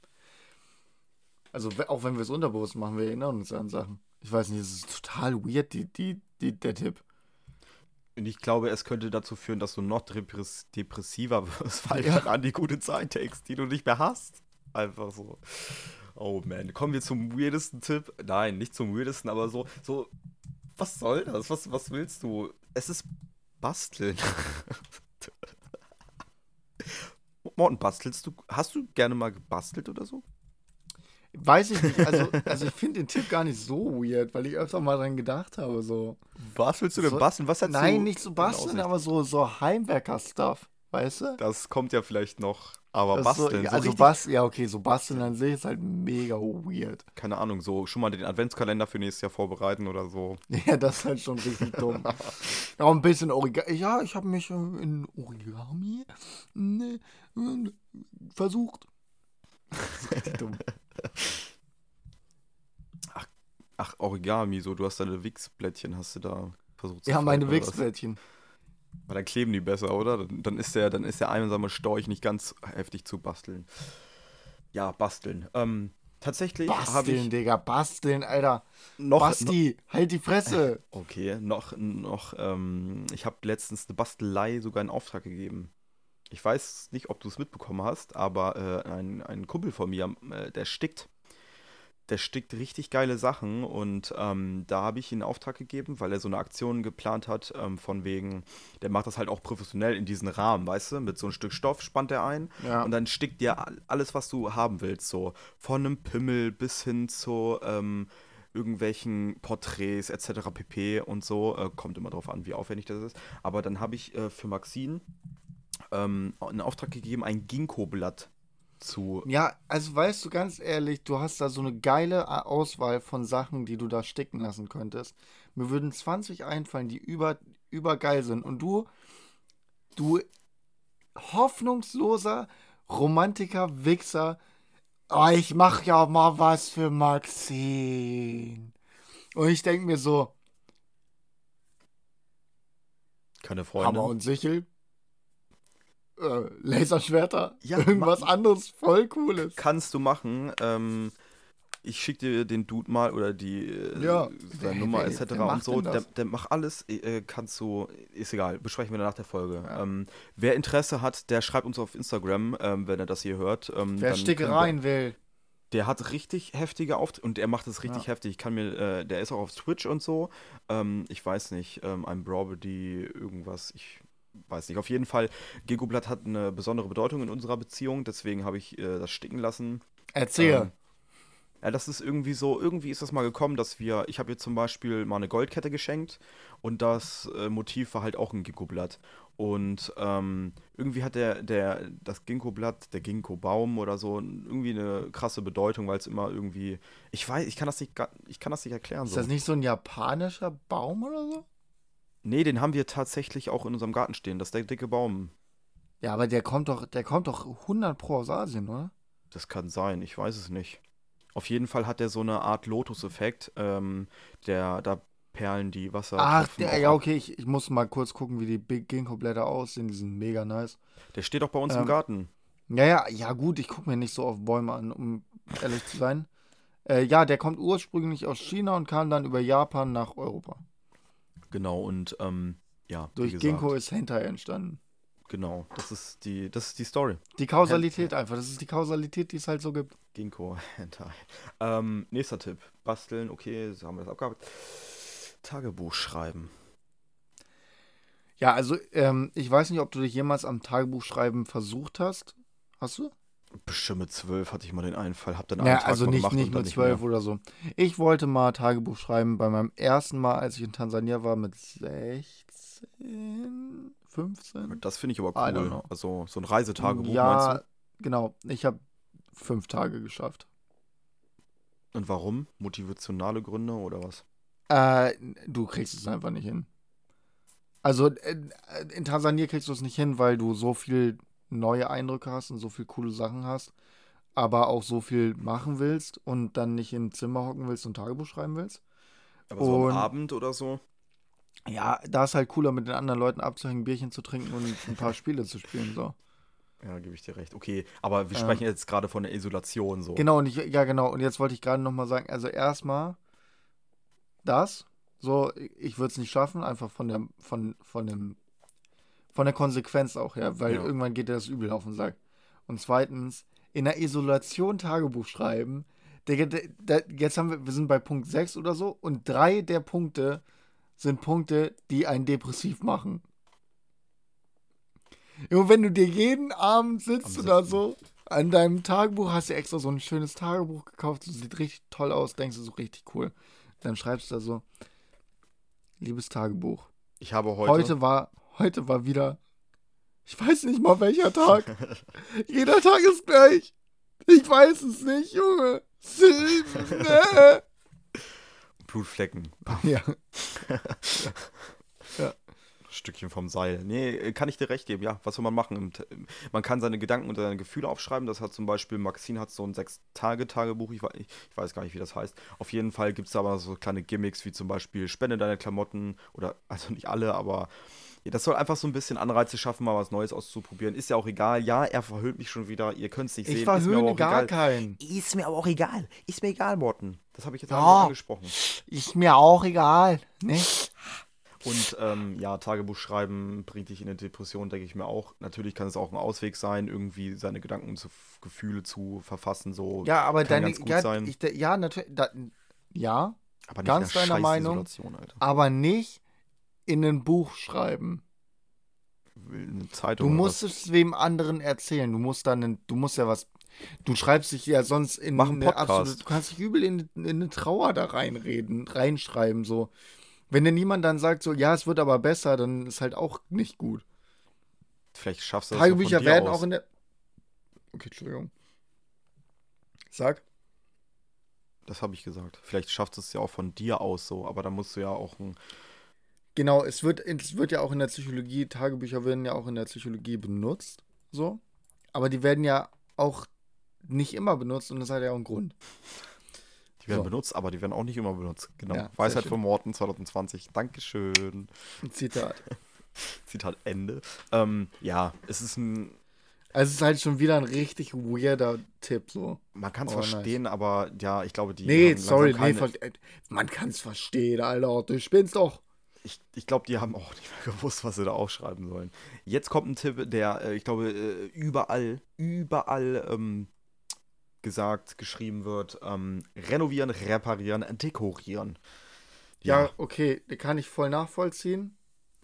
also we- auch wenn wir es unterbewusst machen, wir erinnern uns an Sachen. Ich weiß nicht, es ist total weird, die, die, die, der Tipp. Und ich glaube, es könnte dazu führen, dass du noch depress depressiver wirst, weil du dann Ja, an die gute Zeit denkst, die du nicht mehr hast. Einfach so. Oh man. Kommen wir zum weirdesten Tipp? Nein, nicht zum weirdesten, aber so, so, was soll das? Was, was willst du? Es ist Basteln. Morten, bastelst du? Hast du gerne mal gebastelt oder so? weiß ich nicht. Also, also ich finde den Tipp gar nicht so weird, weil ich öfter mal dran gedacht habe, so. Was willst du denn So, basteln? Was hast nein, du nicht so in basteln, Aussicht? aber so, so Heimwerker-Stuff, weißt du? Das kommt ja vielleicht noch. Aber Das ist so, basteln, ja, so also richtig, basteln, ja, okay, so basteln an sich ist halt mega weird. keine Ahnung, so schon mal den Adventskalender für nächstes Jahr vorbereiten oder so. Ja, das ist halt schon richtig dumm. Auch ein bisschen Origami. Ja, ich habe mich äh, in Origami ne, äh, versucht. Das ist richtig dumm. Ach, ach, Origami, so, du hast deine Wichsblättchen, hast du da versucht zu Ja, meine falten oder was? Wichsblättchen. Weil dann kleben die besser, oder? Dann, dann ist der, dann ist der einsame Storch nicht ganz heftig zu basteln. Ja, basteln. Ähm, tatsächlich habe Basteln, ich Digga, basteln, Alter. noch, no, Basti, halt die Fresse. okay, noch, noch, ähm, ich habe letztens eine Bastelei sogar in Auftrag gegeben. Ich weiß nicht, ob du es mitbekommen hast, aber äh, ein, ein Kumpel von mir, äh, der stickt. Der stickt richtig geile Sachen und ähm, da habe ich ihn in Auftrag gegeben, weil er so eine Aktion geplant hat, ähm, von wegen, der macht das halt auch professionell in diesen Rahmen, weißt du, mit so ein Stück Stoff spannt er ein Ja, und dann stickt dir all- alles, was du haben willst, so von einem Pimmel bis hin zu ähm, irgendwelchen Porträts et cetera pp. Und so, äh, kommt immer drauf an, wie aufwendig das ist. Aber dann habe ich äh, für Maxine ähm, einen Auftrag gegeben, ein Ginkgo-Blatt zu. ja, also weißt du, ganz ehrlich, du hast da so eine geile A- Auswahl von Sachen, die du da sticken lassen könntest. Mir würden zwanzig einfallen, die über, übergeil sind. Und du, du hoffnungsloser Romantiker, Wichser, oh, ich mach ja mal was für Maxine. Und ich denke mir so, Keine Hammer Freundin. und Sichel, äh, Laserschwerter, Ja, ma irgendwas anderes voll Cooles. kannst du machen. Ähm, ich schicke dir den Dude mal oder die Ja, äh, seine wer, Nummer wer, wer et cetera und macht so. denn Der, das? der macht alles. Äh, kannst du, ist egal, besprechen wir nach der Folge. Ja. Ähm, wer Interesse hat, der schreibt uns auf Instagram, ähm, wenn er das hier hört. Ähm, Wer dann können wir. Stickereien will. Der hat richtig heftige Aufträge und er macht es richtig Ja. heftig. Ich kann mir, äh, der ist auch auf Twitch und so. Ähm, ich weiß nicht, ähm, ein Brobody, irgendwas, ich weiß nicht. Auf jeden Fall, Gegoblatt hat eine besondere Bedeutung in unserer Beziehung, deswegen habe ich äh, das sticken lassen. Erzähl. Ähm, ja, das ist irgendwie so, irgendwie ist das mal gekommen, dass wir, ich habe ihr zum Beispiel mal eine Goldkette geschenkt und das äh, Motiv war halt auch ein Ginkgo-Blatt. Und ähm, irgendwie hat der, der, das Ginkgo-Blatt, der Ginkgo-Baum oder so, irgendwie eine krasse Bedeutung, weil es immer irgendwie, ich weiß, ich kann das nicht, ga- ich kann das nicht erklären Ist das so. nicht so ein japanischer Baum oder so? Nee, den haben wir tatsächlich auch in unserem Garten stehen. Das ist der dicke Baum. Ja, aber der kommt doch, der kommt doch hundert Pro aus Asien, oder? Das kann sein, ich weiß es nicht. Auf jeden Fall hat der so eine Art Lotus-Effekt. Ähm, der, da perlen die Ach, Wassertropfen der, auch ja, ab. okay, ich, ich muss mal kurz gucken, wie die Big Ginkgo-Blätter aussehen. Die sind mega nice. Der steht auch bei uns im Ähm, Garten. ja, ja, ja, gut, ich gucke mir nicht so auf Bäume an, um ehrlich zu sein. Äh, ja, der kommt ursprünglich aus China und kam dann über Japan nach Europa. Genau, und ähm, ja, wie Durch Ginkgo gesagt. ist Hentai entstanden. Genau, das ist die, das ist die Story. Die Hen Kausalität einfach, das ist die Kausalität, die es halt so gibt. Ginkgo Hentai. Ähm, nächster Tipp. Basteln, okay, so haben wir das abgearbeitet. Tagebuch schreiben. Ja, also, ähm, ich weiß nicht, ob du dich jemals am Tagebuchschreiben versucht hast. Hast du? Bestimmt mit zwölf hatte ich mal den Einfall, hab dann einen Ja, Tag also mal nicht, gemacht nicht und dann mit nicht zwölf mehr. oder so. Ich wollte mal Tagebuch schreiben bei meinem ersten Mal, als ich in Tansania war, mit sechzehn, fünfzehn. Das finde ich aber I don't cool. know. Also so ein Reisetagebuch, meinst du? Ja, genau. Ich habe fünf Tage geschafft. Und warum? Motivationale Gründe oder was? Äh, du kriegst es einfach nicht hin. Also äh, in Tansania kriegst du es nicht hin, weil du so viel neue Eindrücke hast und so viel coole Sachen hast, aber auch so viel machen willst und dann nicht im Zimmer hocken willst und Tagebuch schreiben willst. Aber so am Und Abend oder so? ja, da ist halt cooler, mit den anderen Leuten abzuhängen, Bierchen zu trinken und ein paar Spiele zu spielen. So. Ja, gebe ich dir recht. Okay, aber wir Ähm, sprechen jetzt gerade von der Isolation so. genau, und ich, ja, genau. Und jetzt wollte ich gerade nochmal sagen, also erstmal das. So, ich würde es nicht schaffen, einfach von der, von, von dem, von der Konsequenz auch her, weil Ja. irgendwann geht dir das übel auf den Sack. Und zweitens, in der Isolation Tagebuch schreiben. Digga, der, der, jetzt haben wir, wir sind bei Punkt sechs oder so, und drei der Punkte sind Punkte, die einen depressiv machen. Und wenn du dir jeden Abend sitzt Am oder siebten. so, an deinem Tagebuch hast du extra so ein schönes Tagebuch gekauft, das sieht richtig toll aus, denkst du so richtig cool. Dann schreibst du da so, liebes Tagebuch, Ich habe heute. heute war, heute war wieder, ich weiß nicht mal welcher Tag. Jeder Tag ist gleich. Ich weiß es nicht, Junge. Nee. Blutflecken. Ja. Ja. Stückchen vom Seil. Nee, kann ich dir recht geben, ja. Was soll man machen? Man kann seine Gedanken und seine Gefühle aufschreiben. Das hat zum Beispiel, Maxine hat so ein Sechs-Tage-Tagebuch. Ich, ich weiß gar nicht, wie das heißt. Auf jeden Fall gibt es aber so kleine Gimmicks, wie zum Beispiel spende deine Klamotten. Oder, also nicht alle, aber ja, das soll einfach so ein bisschen Anreize schaffen, mal was Neues auszuprobieren. Ist ja auch egal. Ja, er verhöhnt mich schon wieder. Ihr könnt es nicht Ich sehen. Ist mir aber verhöhne auch gar egal. keinen. Ist mir aber auch egal. Ist mir egal, Morten. Das habe ich jetzt Ja. einmal angesprochen. Ist mir auch egal. Ne? Und ähm, ja, Tagebuch schreiben bringt dich in eine Depression, denke ich mir auch. Natürlich kann es auch ein Ausweg sein, irgendwie seine Gedanken und zu, Gefühle zu verfassen, so Ja, aber kann deine, ganz gut ja, sein. ich, ja, natürlich, da, ja, Aber nicht ganz in einer deiner Meinung, Scheiß-Isolation, Alter. aber nicht in ein Buch schreiben. Eine Du Zeitung oder musst was. es wem anderen erzählen. Du musst dann, einen- du musst ja was. Du schreibst dich ja sonst in Mach einen eine absolute. Podcast. Du kannst dich übel in, in eine Trauer da reinreden, reinschreiben, so. Wenn dir niemand dann sagt, so, ja, es wird aber besser, dann ist halt auch nicht gut. Vielleicht schaffst du das so von Tagebücher dir werden aus. auch in der. Okay, Entschuldigung. Sag. Das habe ich gesagt. Vielleicht schaffst du es ja auch von dir aus so, aber dann musst du ja auch ein. Genau, es wird, es wird ja auch in der Psychologie, Tagebücher werden ja auch in der Psychologie benutzt, so. Aber die werden ja auch nicht immer benutzt und das hat ja auch einen Grund. Die werden So. benutzt, aber die werden auch nicht immer benutzt. Genau. Ja, sehr Weisheit schön. von Morten zwanzig zwanzig. Dankeschön. Ein Zitat. Zitat Ende. Ähm, ja, es ist ein. Also es ist halt schon wieder ein richtig weirder Tipp, so. Man kann es Oh, nice. verstehen, aber ja, ich glaube, die Nee, haben sorry, langsam nee, keine, ver- äh, man kann es verstehen, Alter, du spinnst doch. ich, ich glaube, die haben auch nicht mehr gewusst, was sie da aufschreiben sollen. Jetzt kommt ein Tipp, der, äh, ich glaube, äh, überall, überall ähm, gesagt, geschrieben wird. Ähm, renovieren, reparieren, dekorieren. Ja, okay, den kann ich voll nachvollziehen,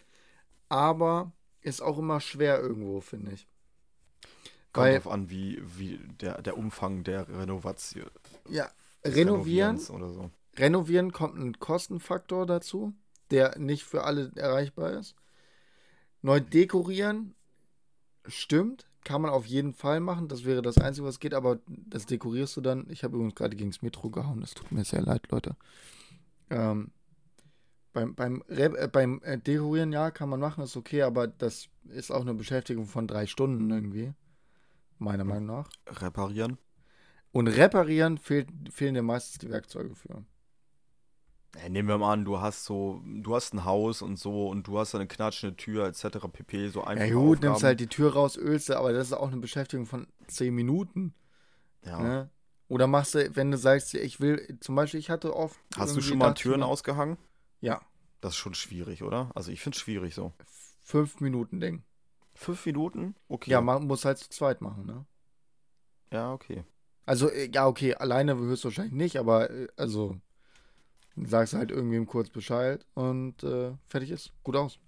aber ist auch immer schwer irgendwo, finde ich. Kommt Weil, drauf an, wie, wie der, der Umfang der Renovation. ja, des renovieren, Renovierens oder so. renovieren kommt ein Kostenfaktor dazu, der nicht für alle erreichbar ist. Neu dekorieren, stimmt, kann man auf jeden Fall machen. Das wäre das Einzige, was geht, aber das dekorierst du dann. Ich habe übrigens gerade gegen das Metro gehauen. Das tut mir sehr leid, Leute. Ähm, Beim, beim, Rep, äh, beim äh, Dekorieren, ja, kann man machen, ist okay, aber das ist auch eine Beschäftigung von drei Stunden irgendwie, meiner Hm. Meinung nach. Reparieren? Und reparieren fehlt, fehlen dir meistens die Werkzeuge für. Ey, nehmen wir mal an, du hast so, du hast ein Haus und so und du hast eine knatschende Tür et cetera pp. So Ja einfache gut, nimmst Aufgaben. halt die Tür raus, ölst du, aber das ist auch eine Beschäftigung von zehn Minuten. Ja. Ne? Oder machst du, wenn du sagst, ich will, zum Beispiel, ich hatte oft. Hast du irgendwie schon mal dachte ich Türen mir, ausgehangen? Ja, Das ist schon schwierig, oder? Also ich finde es schwierig so. fünf Minuten Ding. Fünf Minuten? Okay. Ja, man muss halt zu zweit machen, ne? Ja, okay. Also, äh, ja, okay, alleine höchstwahrscheinlich nicht, aber, äh, also, sagst halt irgendwem kurz Bescheid und äh, fertig ist. Gut aus.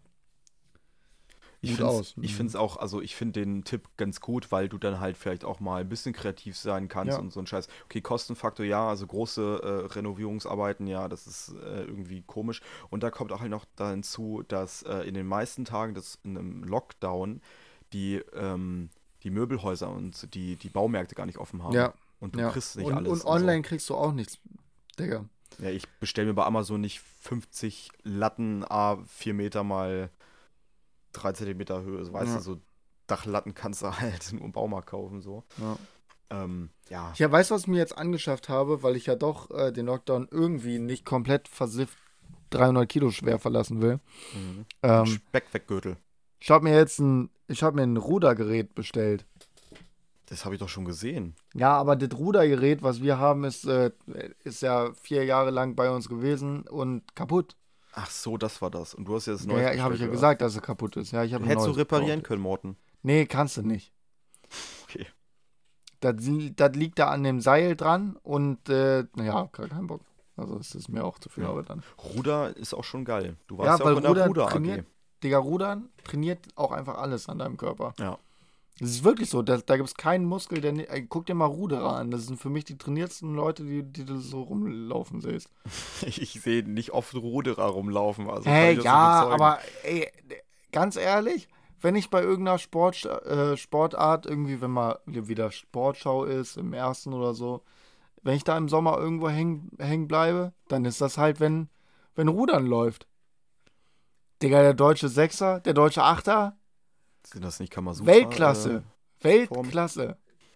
Ich Gut finde es aus. ich Mhm. find's auch, also ich finde den Tipp ganz gut, weil du dann halt vielleicht auch mal ein bisschen kreativ sein kannst Ja, und so ein Scheiß. Okay, Kostenfaktor, ja, also große äh, Renovierungsarbeiten, ja, das ist äh, irgendwie komisch. Und da kommt auch halt noch da hinzu, dass äh, in den meisten Tagen des, in einem Lockdown die, ähm, die Möbelhäuser und die, die Baumärkte gar nicht offen haben. ja, Und du ja. kriegst nicht Und, und alles und so. online kriegst du auch nichts, Digga. Ja, ich bestelle mir bei Amazon nicht fünfzig Latten, a vier Meter mal drei Zentimeter Höhe, so, weißt du, Ja, so Dachlatten kannst du halt nur im Baumarkt kaufen, so. ja. Ähm, ja, Ja, weißt du, was ich mir jetzt angeschafft habe, weil ich ja doch äh, den Lockdown irgendwie nicht komplett versifft dreihundert Kilo schwer verlassen will. mhm. Den Ähm, Speckweggürtel. ich habe mir jetzt ein, ich habe mir ein Rudergerät bestellt. Das habe ich doch schon gesehen. Ja, aber das Rudergerät, was wir haben, ist, äh, ist ja vier Jahre lang bei uns gewesen und kaputt. Ach so, das war das. Und du hast jetzt Ja, Neues ja, habe bestellt, ich ja oder? gesagt, dass es kaputt ist. Ja, ich habe ein Hättest du neues reparieren gekauft. können, Morten. Nee, kannst du nicht. Okay. Das, das liegt da an dem Seil dran und, äh, naja, gar keinen Bock. Also, es ist mir auch zu viel Ja. Arbeit dann. Ruder ist auch schon geil. Du warst Ja, ja, weil auch in der Rudern Ruder-A G. trainiert, Digga, Rudern trainiert auch einfach alles an deinem Körper. Ja. Das ist wirklich so, da, da gibt es keinen Muskel, der nicht, ey, guck dir mal Ruderer an. Das sind für mich die trainiertesten Leute, die, die du so rumlaufen siehst. Ich, ich sehe nicht oft Ruderer rumlaufen, also kann Hä, ich das ja, nicht bezeugen. aber ey, ganz ehrlich, wenn ich bei irgendeiner Sport, äh, Sportart irgendwie, wenn mal wieder Sportschau ist, im ersten oder so, wenn ich da im Sommer irgendwo hängen hängen bleibe, dann ist das halt, wenn, wenn Rudern läuft. Digga, der deutsche Sechser, der deutsche Achter, Sind das nicht Kamasutra? Weltklasse. Äh, Weltklasse.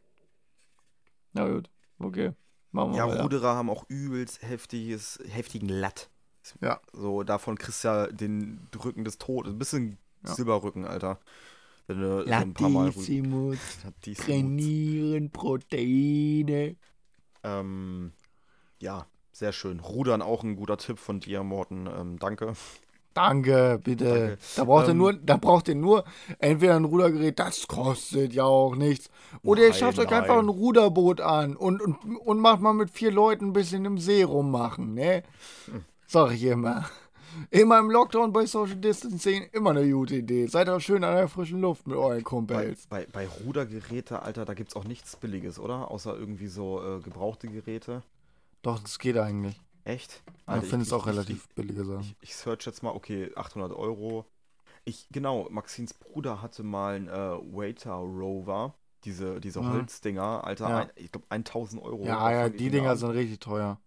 Na gut, okay. Machen wir ja, weiter. Ruderer haben auch übelst heftiges, heftigen Latt. Ja. So, davon kriegst du ja den Rücken des Todes. Ein bisschen Ja. Silberrücken, Alter. Wenn du so ein paar Mal Latissimus, Latissimus. trainieren, Proteine. Ähm, ja, sehr schön. Rudern auch ein guter Tipp von dir, Morten. Ähm, danke. Danke, bitte. Danke. Da braucht ihr Ähm, nur, da braucht ihr nur entweder ein Rudergerät, das kostet ja auch nichts. Oder ihr Nein, schafft euch nein. einfach ein Ruderboot an und, und, und macht mal mit vier Leuten ein bisschen im See rummachen, ne? Sag ich immer. Immer im Lockdown bei Social Distancing immer eine gute Idee. Seid auch schön an der frischen Luft mit euren Bei, Kumpels. bei, bei Rudergeräte, Alter, da gibt's auch nichts Billiges, oder? Außer irgendwie so äh, gebrauchte Geräte. Doch, das geht eigentlich. Echt? Ich Alter, finde es auch ich, relativ billige Sachen. Ich, ich search jetzt mal, okay, achthundert Euro. Ich, genau, Maxins Bruder hatte mal einen äh, Waiter Rover. Diese, diese Mhm. Holzdinger, Alter, Ja. ein, ich glaube tausend Euro. Ja, da ja, fangen die Dinger an. sind richtig teuer.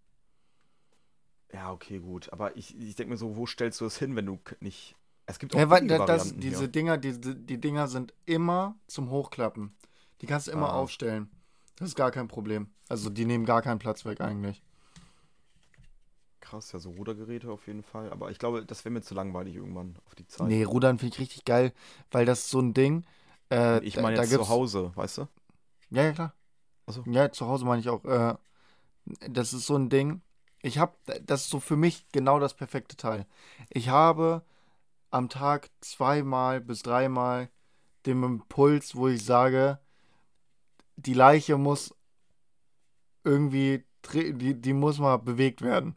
Ja, okay, gut. Aber ich, ich denke mir so, wo stellst du das hin, wenn du k- nicht. Es gibt auch Ja, weil billige da- das, Varianten diese hier. Dinger, die, die Dinger sind immer zum Hochklappen. Die kannst du immer Ah. aufstellen. Das ist gar kein Problem. Also die nehmen gar keinen Platz weg eigentlich. Krass, ja, so Rudergeräte auf jeden Fall. Aber ich glaube, das wäre mir zu langweilig irgendwann auf die Zeit. Nee, Rudern finde ich richtig geil, weil das ist so ein Ding. Äh, Ich da, meine da jetzt gibt's, zu Hause, weißt du? Ja, ja, klar. Achso. Ja, zu Hause meine ich auch. Äh, das ist so ein Ding. Ich habe, das ist so für mich genau das perfekte Teil. Ich habe am Tag zweimal bis dreimal den Impuls, wo ich sage, die Leiche muss irgendwie, dre- die, die muss mal bewegt werden.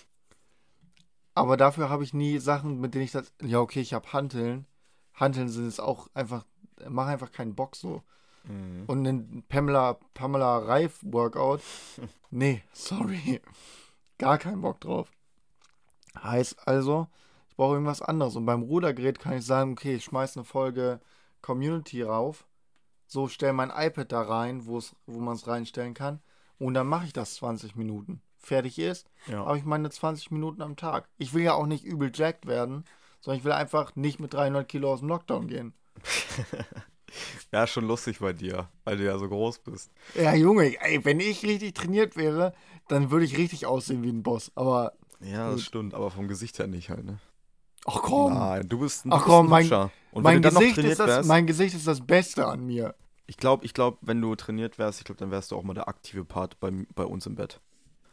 Aber dafür habe ich nie Sachen, mit denen ich das, ja okay, ich habe Hanteln. Hanteln sind es auch einfach, machen einfach keinen Bock so. Mhm. Und ein Pamela, Pamela Reif Workout, nee, sorry, gar keinen Bock drauf. Heißt also, ich brauche irgendwas anderes. Und beim Rudergerät kann ich sagen, okay, ich schmeiße eine Folge Community rauf, so stelle mein iPad da rein, wo es, wo man es reinstellen kann, und dann mache ich das zwanzig Minuten, fertig ist, Ja. habe ich meine zwanzig Minuten am Tag. Ich will ja auch nicht übel jacked werden, sondern ich will einfach nicht mit dreihundert Kilo aus dem Lockdown gehen. Ja, schon lustig bei dir, weil du ja so groß bist. Ja, Junge, ey, wenn ich richtig trainiert wäre, dann würde ich richtig aussehen wie ein Boss. Aber, Ja, das gut. stimmt, aber vom Gesicht her nicht halt, ne? Ach komm. Nein, du bist, du Ach bist komm, ein mein- Hübscher. Und wenn Mein du dann noch Gesicht, trainiert ist das, wärst, mein Gesicht ist das Beste an mir. ich glaube, ich glaub, wenn du trainiert wärst, ich glaube, dann wärst du auch mal der aktive Part bei, bei uns im Bett.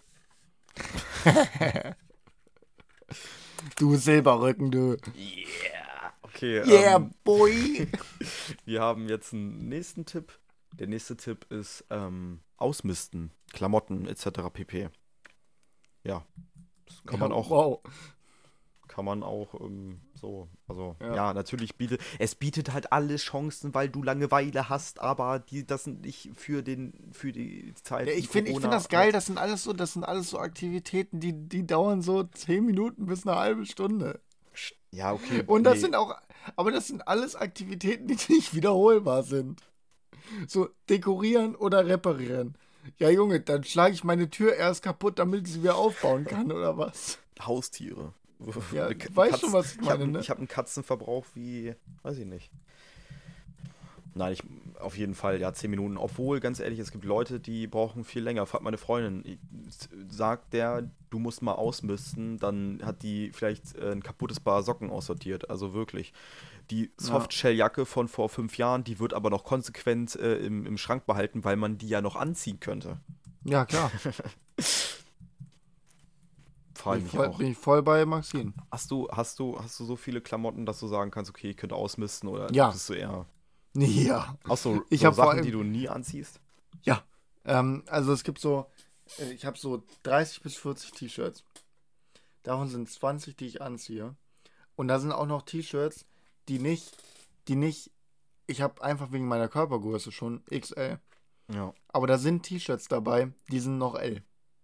Du Silberrücken, du. Yeah. Okay, Yeah, ähm, boy. wir haben jetzt einen nächsten Tipp. Der nächste Tipp ist ähm, Ausmisten, Klamotten et cetera pp. Ja, das kann man Ja, auch, Wow. kann man auch ähm, so, also Ja. ja. natürlich bietet, es bietet halt alle Chancen, weil du Langeweile hast, aber die, das sind nicht für den, für die Zeit. Ja, die ich finde ich Corona find das geil, hat. das sind alles so, das sind alles so Aktivitäten, die, die dauern so zehn Minuten bis eine halbe Stunde. Ja, okay. Und das nee. sind auch, aber das sind alles Aktivitäten, die nicht wiederholbar sind. So dekorieren oder reparieren. Ja, Junge, dann schlage ich meine Tür erst kaputt, damit ich sie wieder aufbauen kann, oder was? Haustiere. Ja, Eine K- weißt Katz- schon, was ich Ich habe meine, ne? ich hab einen Katzenverbrauch wie, weiß ich nicht. Nein, ich, auf jeden Fall, ja, zehn Minuten. Obwohl, ganz ehrlich, es gibt Leute, die brauchen viel länger. Fragt meine Freundin, ich- sagt der, du musst mal ausmisten, dann hat die vielleicht äh, ein kaputtes Paar Socken aussortiert. Also wirklich. Die Softshell-Jacke von vor fünf Jahren, die wird aber noch konsequent äh, im, im Schrank behalten, weil man die ja noch anziehen könnte. Ja, klar. Frage Bin ich ich, mich voll, auch. bin ich voll bei Maxine. Hast du, hast du, hast du so viele Klamotten, dass du sagen kannst, okay, ich könnte ausmisten oder Ja. bist du eher. Ja. Auch so, Ich so hab vor Sachen, allem- die du nie anziehst? Ja. Ähm, also es gibt so, äh, ich habe so dreißig bis vierzig T-Shirts. Davon sind zwanzig, die ich anziehe. Und da sind auch noch T-Shirts, die nicht, die nicht, ich habe einfach wegen meiner Körpergröße schon X L. Ja. Aber da sind T-Shirts dabei, die sind noch L.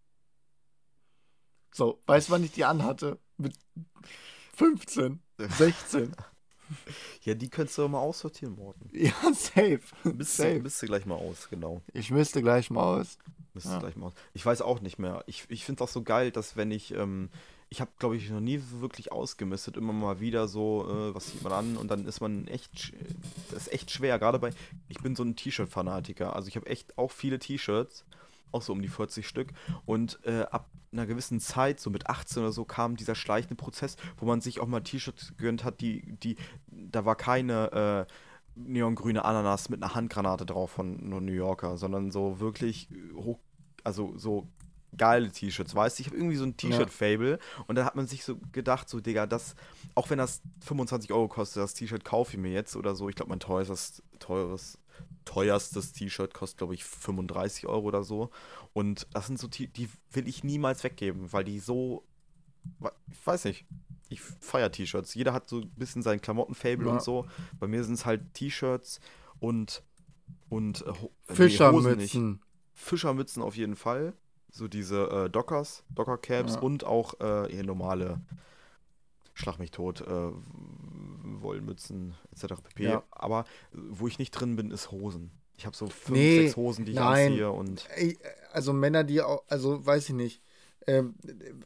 So, weißt du, wann ich die anhatte? Mit fünfzehn, sechzehn. Ja, die könntest du mal aussortieren, Morten. Ja, safe. Bist, du, safe. bist du gleich mal aus, genau. Ich müsste gleich mal aus. Bist Ja. du gleich mal aus. Ich weiß auch nicht mehr. Ich, ich finde es auch so geil, dass wenn ich, ähm, ich habe, glaube ich, noch nie wirklich ausgemistet. Immer mal wieder so, äh, was sieht man an und dann ist man echt, sch- das ist echt schwer. Gerade bei, ich bin so ein T-Shirt-Fanatiker. Also ich habe echt auch viele T-Shirts, auch so um die vierzig Stück. Und äh, ab einer gewissen Zeit, so mit achtzehn oder so, kam dieser schleichende Prozess, wo man sich auch mal T-Shirts gegönnt hat, die, die, da war keine äh, neongrüne Ananas mit einer Handgranate drauf von New Yorker, sondern so wirklich hoch, also so geile T-Shirts, weißt du? Ich habe irgendwie so ein T-Shirt-Fable und da hat man sich so gedacht, so, Digga, das, auch wenn das fünfundzwanzig Euro kostet, das T-Shirt kaufe ich mir jetzt oder so. Ich glaube, mein teuerstes, teures, teuerstes T-Shirt kostet, glaube ich, fünfunddreißig Euro oder so. Und das sind so, T- die will ich niemals weggeben, weil die so, ich weiß nicht, ich feiere T-Shirts. Jeder hat so ein bisschen sein Klamotten-Fable Ja. und so. Bei mir sind es halt T-Shirts und, und äh, Ho- äh, nee, Hosen nicht. Fischermützen. Fischermützen auf jeden Fall. So diese äh, Dockers, Docker-Caps Ja. und auch äh, eher normale, schlag mich tot, äh, Wollmützen et cetera pp. Ja. Aber äh, wo ich nicht drin bin, ist Hosen. Ich habe so fünf, Nee, sechs Hosen, die ich nein. anziehe und Ey, also Männer, die auch, also weiß ich nicht, ähm,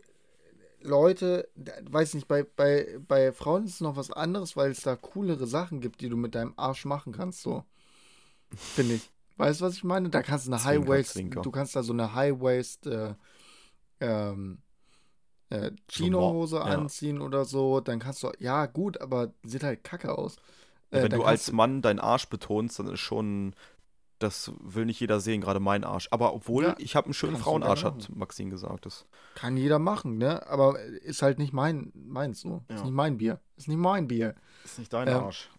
Leute, da- weiß nicht, bei, bei, bei Frauen ist es noch was anderes, weil es da coolere Sachen gibt, die du mit deinem Arsch machen kannst, so. Finde ich. Weißt du, was ich meine? Da kannst du eine Zwinker, High-Waist, Zwinker. du kannst da so eine High-Waist, äh, ähm, äh, Chino-Hose ja. anziehen oder so, dann kannst du, ja gut, aber sieht halt kacke aus. Äh, wenn dann du kannst als Mann deinen Arsch betonst, dann ist schon, das will nicht jeder sehen, gerade mein Arsch. Aber obwohl, Ja, ich habe einen schönen kannst du Frauenarsch, gerne hat Maxine gesagt. Das, Kann jeder machen, ne? Aber ist halt nicht mein, meins so. Ist Ja. nicht mein Bier. Ist nicht mein Bier. ist nicht dein Ähm, Arsch.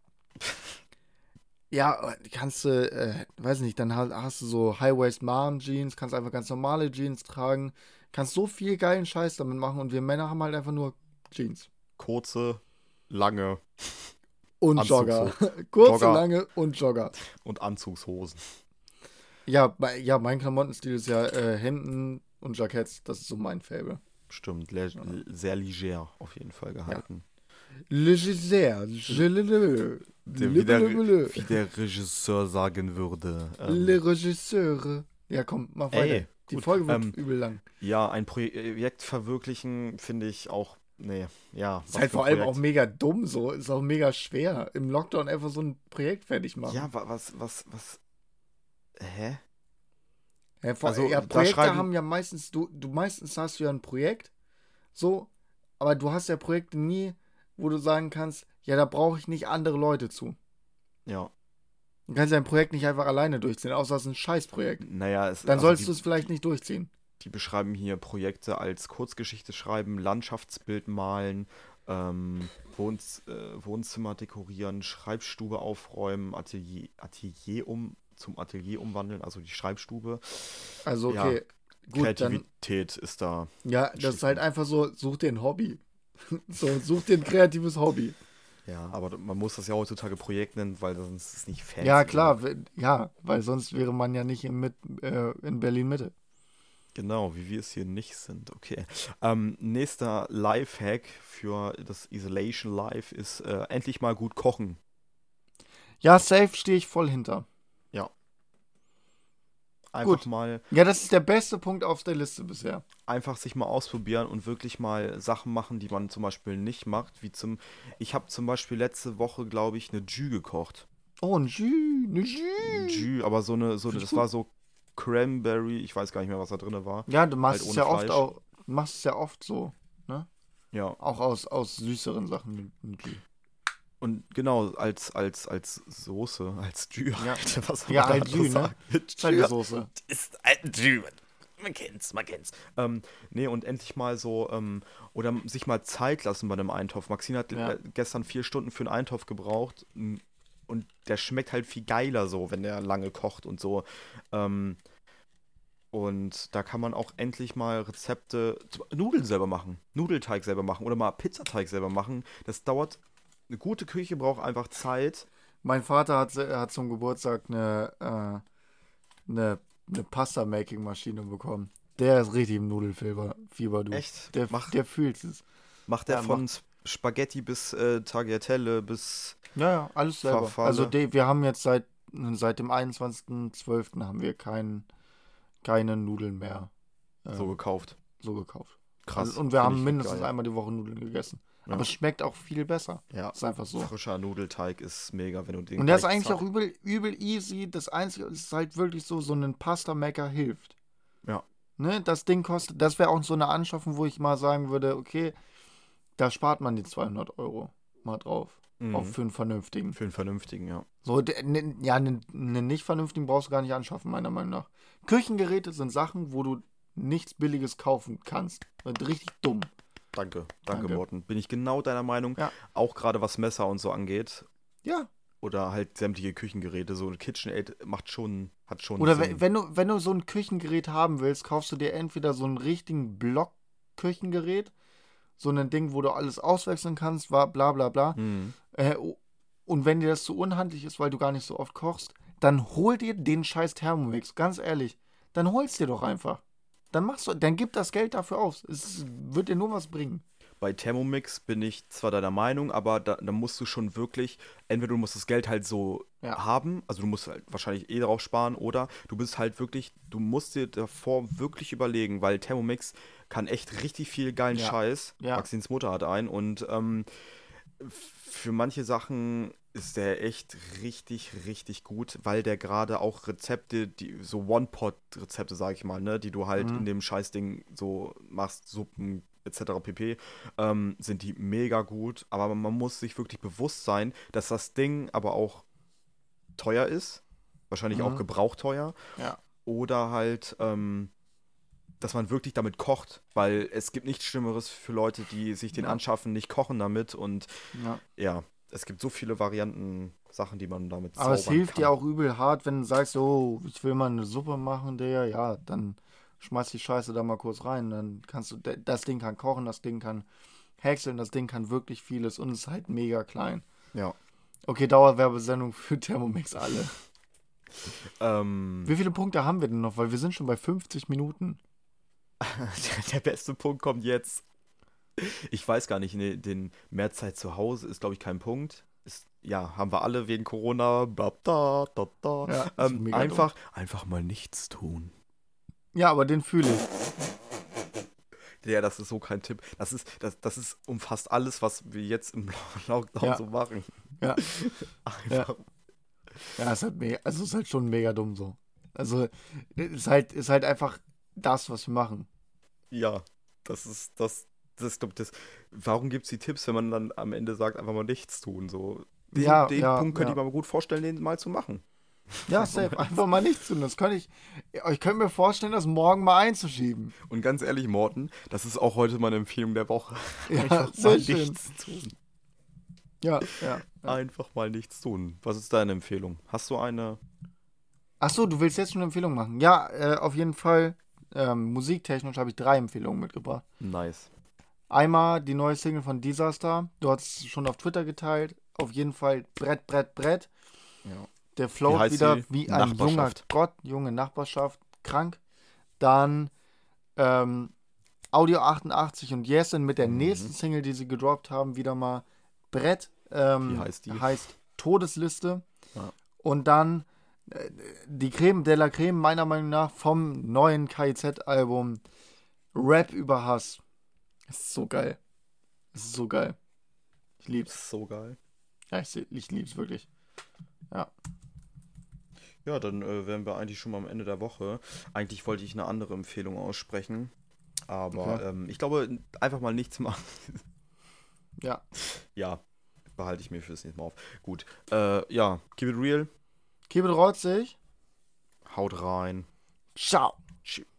Ja, aber kannst du, äh, weiß nicht, dann ha- hast du so High-Waist-Mom-Jeans, kannst einfach ganz normale Jeans tragen, kannst so viel geilen Scheiß damit machen und wir Männer haben halt einfach nur Jeans. Kurze, lange Und Anzugshose. Jogger. Kurze, Jogger. lange und Jogger. und Anzugshosen. Ja, bei, ja, mein Klamottenstil ist ja äh, Hemden und Jacketts, das ist so mein Faible. Stimmt, le sehr leger auf jeden Fall gehalten. Leger, je le le. Der, Le wie, der, le le. wie der Regisseur sagen würde. Le Ähm, Regisseure. Ja, komm, mach weiter. ey, Die Gut, Folge wird ähm, übel lang. Ja, ein Projekt verwirklichen finde ich auch, nee, ja, Ist was halt für ein vor allem auch Projekt. mega dumm so. Ist auch mega schwer. Im Lockdown einfach so ein Projekt fertig machen. Ja, wa- was, was, was, hä? Ja, vor, Also ja, da Projekte haben schreiben, ja meistens, du, du meistens hast du ja ein Projekt, so, aber du hast ja Projekte nie, wo du sagen kannst, ja, da brauche ich nicht andere Leute zu. ja, Du kannst ja ein Projekt nicht einfach alleine durchziehen, außer es ist ein Scheißprojekt. naja, es, Dann also sollst die, du es vielleicht nicht durchziehen. die beschreiben hier Projekte als Kurzgeschichte schreiben, Landschaftsbild malen, ähm, Wohns, äh, Wohnzimmer dekorieren, Schreibstube aufräumen, Atelier, Atelier um, zum Atelier umwandeln, also die Schreibstube. Also, Ja, okay, gut, dann, Kreativität ist da ja, ein das ist halt Stichwort. einfach so, such dir ein Hobby. So, such dir ein kreatives Hobby. Ja, aber man muss das ja heutzutage Projekt nennen, weil sonst ist es nicht Ja, fancy klar, genug. w- ja, weil sonst wäre man ja nicht in, mit, äh, in Berlin-Mitte. Genau, wie wir es hier nicht sind. Okay. Ähm, nächster Lifehack für das Isolation Life ist äh, endlich mal gut kochen. Ja, safe stehe ich voll hinter. Ja, einfach Gut. mal, Ja, das ist der beste Punkt auf der Liste bisher. einfach sich mal ausprobieren und wirklich mal Sachen machen, die man zum Beispiel nicht macht. Wie zum, ich habe zum Beispiel letzte Woche, glaube ich, eine Jus gekocht. Oh, ein Jus, eine Ein Jus. Jus, aber so eine, so eine, Finde ich das gut. war so Cranberry, ich weiß gar nicht mehr, was da drin war. Ja, du Halt machst es ohne ja oft Fleisch. auch, du machst es ja oft so, ne? Ja. Auch aus, aus süßeren Sachen mit, mit Jus. Und genau, als, als, als Soße, als Jus Ja. halt, was soll Ja, man da halt anderes Jus, ne? sagen? Ist halt eine Jus Soße. ist ein Jus. Man kennt's, man kennt's. Ähm, nee, und endlich mal so, ähm, oder sich mal Zeit lassen bei einem Eintopf. Maxine hat Ja. äh, gestern vier Stunden für einen Eintopf gebraucht m, und der schmeckt halt viel geiler so, wenn der lange kocht und so. Ähm, und da kann man auch endlich mal Rezepte, zum- Nudeln selber machen, Nudelteig selber machen oder mal Pizzateig selber machen. Das dauert, eine gute Küche braucht einfach Zeit. Mein Vater hat, hat zum Geburtstag eine, äh, eine, eine Pasta-Making-Maschine bekommen. Der ist richtig im Nudelfieber, Fieber, du. Echt? Der, Mach, der fühlt es. macht der Ja, von macht. S- Spaghetti bis äh, Tagliatelle bis Ja, ja, alles selber. Also Farfalle de, wir haben jetzt seit, seit dem einundzwanzigsten zwölften haben wir kein, keine Nudeln mehr so ähm, gekauft. so gekauft. Also, Krass, und wir finde haben ich mindestens geil. einmal die Woche Nudeln gegessen. Aber Ja, es schmeckt auch viel besser. ja. Ist einfach so. Frischer Nudelteig ist mega, wenn du den Und der ist gleich eigentlich auch zack. übel, übel easy. Das Einzige ist halt wirklich so, so ein Pasta-Maker hilft. Ja. Ne? Das Ding kostet, das wäre auch so eine Anschaffung, wo ich mal sagen würde, okay, da spart man die zweihundert Euro mal drauf. Auch Mhm. für einen vernünftigen. Für einen vernünftigen, ja. So, de- ne, ja, einen ne nicht vernünftigen brauchst du gar nicht anschaffen, meiner Meinung nach. Küchengeräte sind Sachen, wo du nichts Billiges kaufen kannst. Und richtig dumm. Danke, danke, Danke. Morten. Bin ich genau deiner Meinung. Ja. Auch gerade was Messer und so angeht. Ja. Oder halt sämtliche Küchengeräte. So ein KitchenAid macht schon, hat schon Oder Sinn. wenn, wenn du, wenn du so ein Küchengerät haben willst, kaufst du dir entweder so einen richtigen Block-Küchengerät, so ein Ding, wo du alles auswechseln kannst, wa- bla bla bla. Mhm. Äh, o- und wenn dir das zu unhandlich ist, weil du gar nicht so oft kochst, dann hol dir den scheiß Thermomix, ganz ehrlich. Dann hol's dir doch einfach. Dann machst du, dann gib das Geld dafür aus. Es wird dir nur was bringen. Bei Thermomix bin ich zwar deiner Meinung, aber da, da musst du schon wirklich, entweder du musst das Geld halt so Ja. haben, also du musst halt wahrscheinlich eh darauf sparen, oder du bist halt wirklich, du musst dir davor wirklich überlegen, weil Thermomix kann echt richtig viel geilen Ja. Scheiß. Ja. Maxins Mutter hat einen und ähm, für manche Sachen ist der echt richtig, richtig gut, weil der gerade auch Rezepte, die so One-Pot-Rezepte, sag ich mal, ne, die du halt Mhm. in dem Scheißding so machst, Suppen et cetera pp., ähm, sind die mega gut. Aber man muss sich wirklich bewusst sein, dass das Ding aber auch teuer ist, wahrscheinlich auch Mhm. gebraucht teuer, Ja. oder halt, ähm, dass man wirklich damit kocht, weil es gibt nichts Schlimmeres für Leute, die sich den Ja. anschaffen, nicht kochen damit und Ja. ja, es gibt so viele Varianten, Sachen, die man damit Aber es zaubern hilft kann. dir auch übel hart, wenn du sagst, oh, ich will mal eine Suppe machen, der, ja, dann schmeiß die Scheiße da mal kurz rein. Dann kannst du, d- das Ding kann kochen, das Ding kann häckseln, das Ding kann wirklich vieles und ist halt mega klein. Ja. Okay, Dauerwerbesendung für Thermomix alle. Ähm, Wie viele Punkte haben wir denn noch? Weil wir sind schon bei fünfzig Minuten. der, der beste Punkt kommt jetzt. Ich weiß gar nicht, ne, den Mehrzeit zu Hause ist, glaube ich, kein Punkt. Ist, ja, haben wir alle wegen Corona. Bla, da, da, da. Ja, ist Ähm, mega einfach, einfach mal nichts tun. Ja, aber den fühle ich. Ja, das ist so kein Tipp. Das ist, das, das ist umfasst alles, was wir jetzt im Lockdown Ja. so machen. Ja. Einfach. Ja, ist halt mega, also ist halt schon mega dumm so. Also ist halt, ist halt einfach das, was wir machen. Ja, das ist das, das, glaub, das. Warum gibt es die Tipps, wenn man dann am Ende sagt, einfach mal nichts tun? So, den, Ja, den ja, Punkt könnte ja. ich mir gut vorstellen, den mal zu machen. Ja, safe. Einfach mal nichts tun. Das kann ich. Ich könnte mir vorstellen, das morgen mal einzuschieben. Und ganz ehrlich, Morten, das ist auch heute meine Empfehlung der Woche. Ja, Einfach sehr mal schön. nichts tun. Ja, ja. ja. Einfach mal nichts tun. Was ist deine Empfehlung? Hast du eine? Achso, du willst jetzt schon eine Empfehlung machen? Ja, äh, auf jeden Fall. Ähm, musiktechnisch habe ich drei Empfehlungen mitgebracht. Nice. Einmal die neue Single von Disaster. Du hast es schon auf Twitter geteilt. Auf jeden Fall Brett, Brett, Brett. Ja. Der Wie float heißt wieder sie? wie ein junger Nachbarschaft. Gott, junge Nachbarschaft, krank. Dann ähm, Audio achtundachtzig und Yesin mit der Mhm. nächsten Single, die sie gedroppt haben, wieder mal Brett. Ähm, Wie heißt die? Heißt Todesliste. Ja. Und dann äh, die Creme de la Creme, meiner Meinung nach, vom neuen K I Z-Album Rap über Hass. Das ist so geil. Das ist so geil. Ich Das lieb's. ist so geil. Ja, ich, ich lieb's wirklich. Ja. Ja, dann äh, wären wir eigentlich schon mal am Ende der Woche. Eigentlich wollte ich eine andere Empfehlung aussprechen. Aber Okay. ähm, ich glaube, einfach mal nichts machen. Ja. Ja, behalte ich mir fürs nächste Mal auf. Gut. Äh, ja, keep it real. Keep it rotzig. Haut rein. Ciao. Tschüss.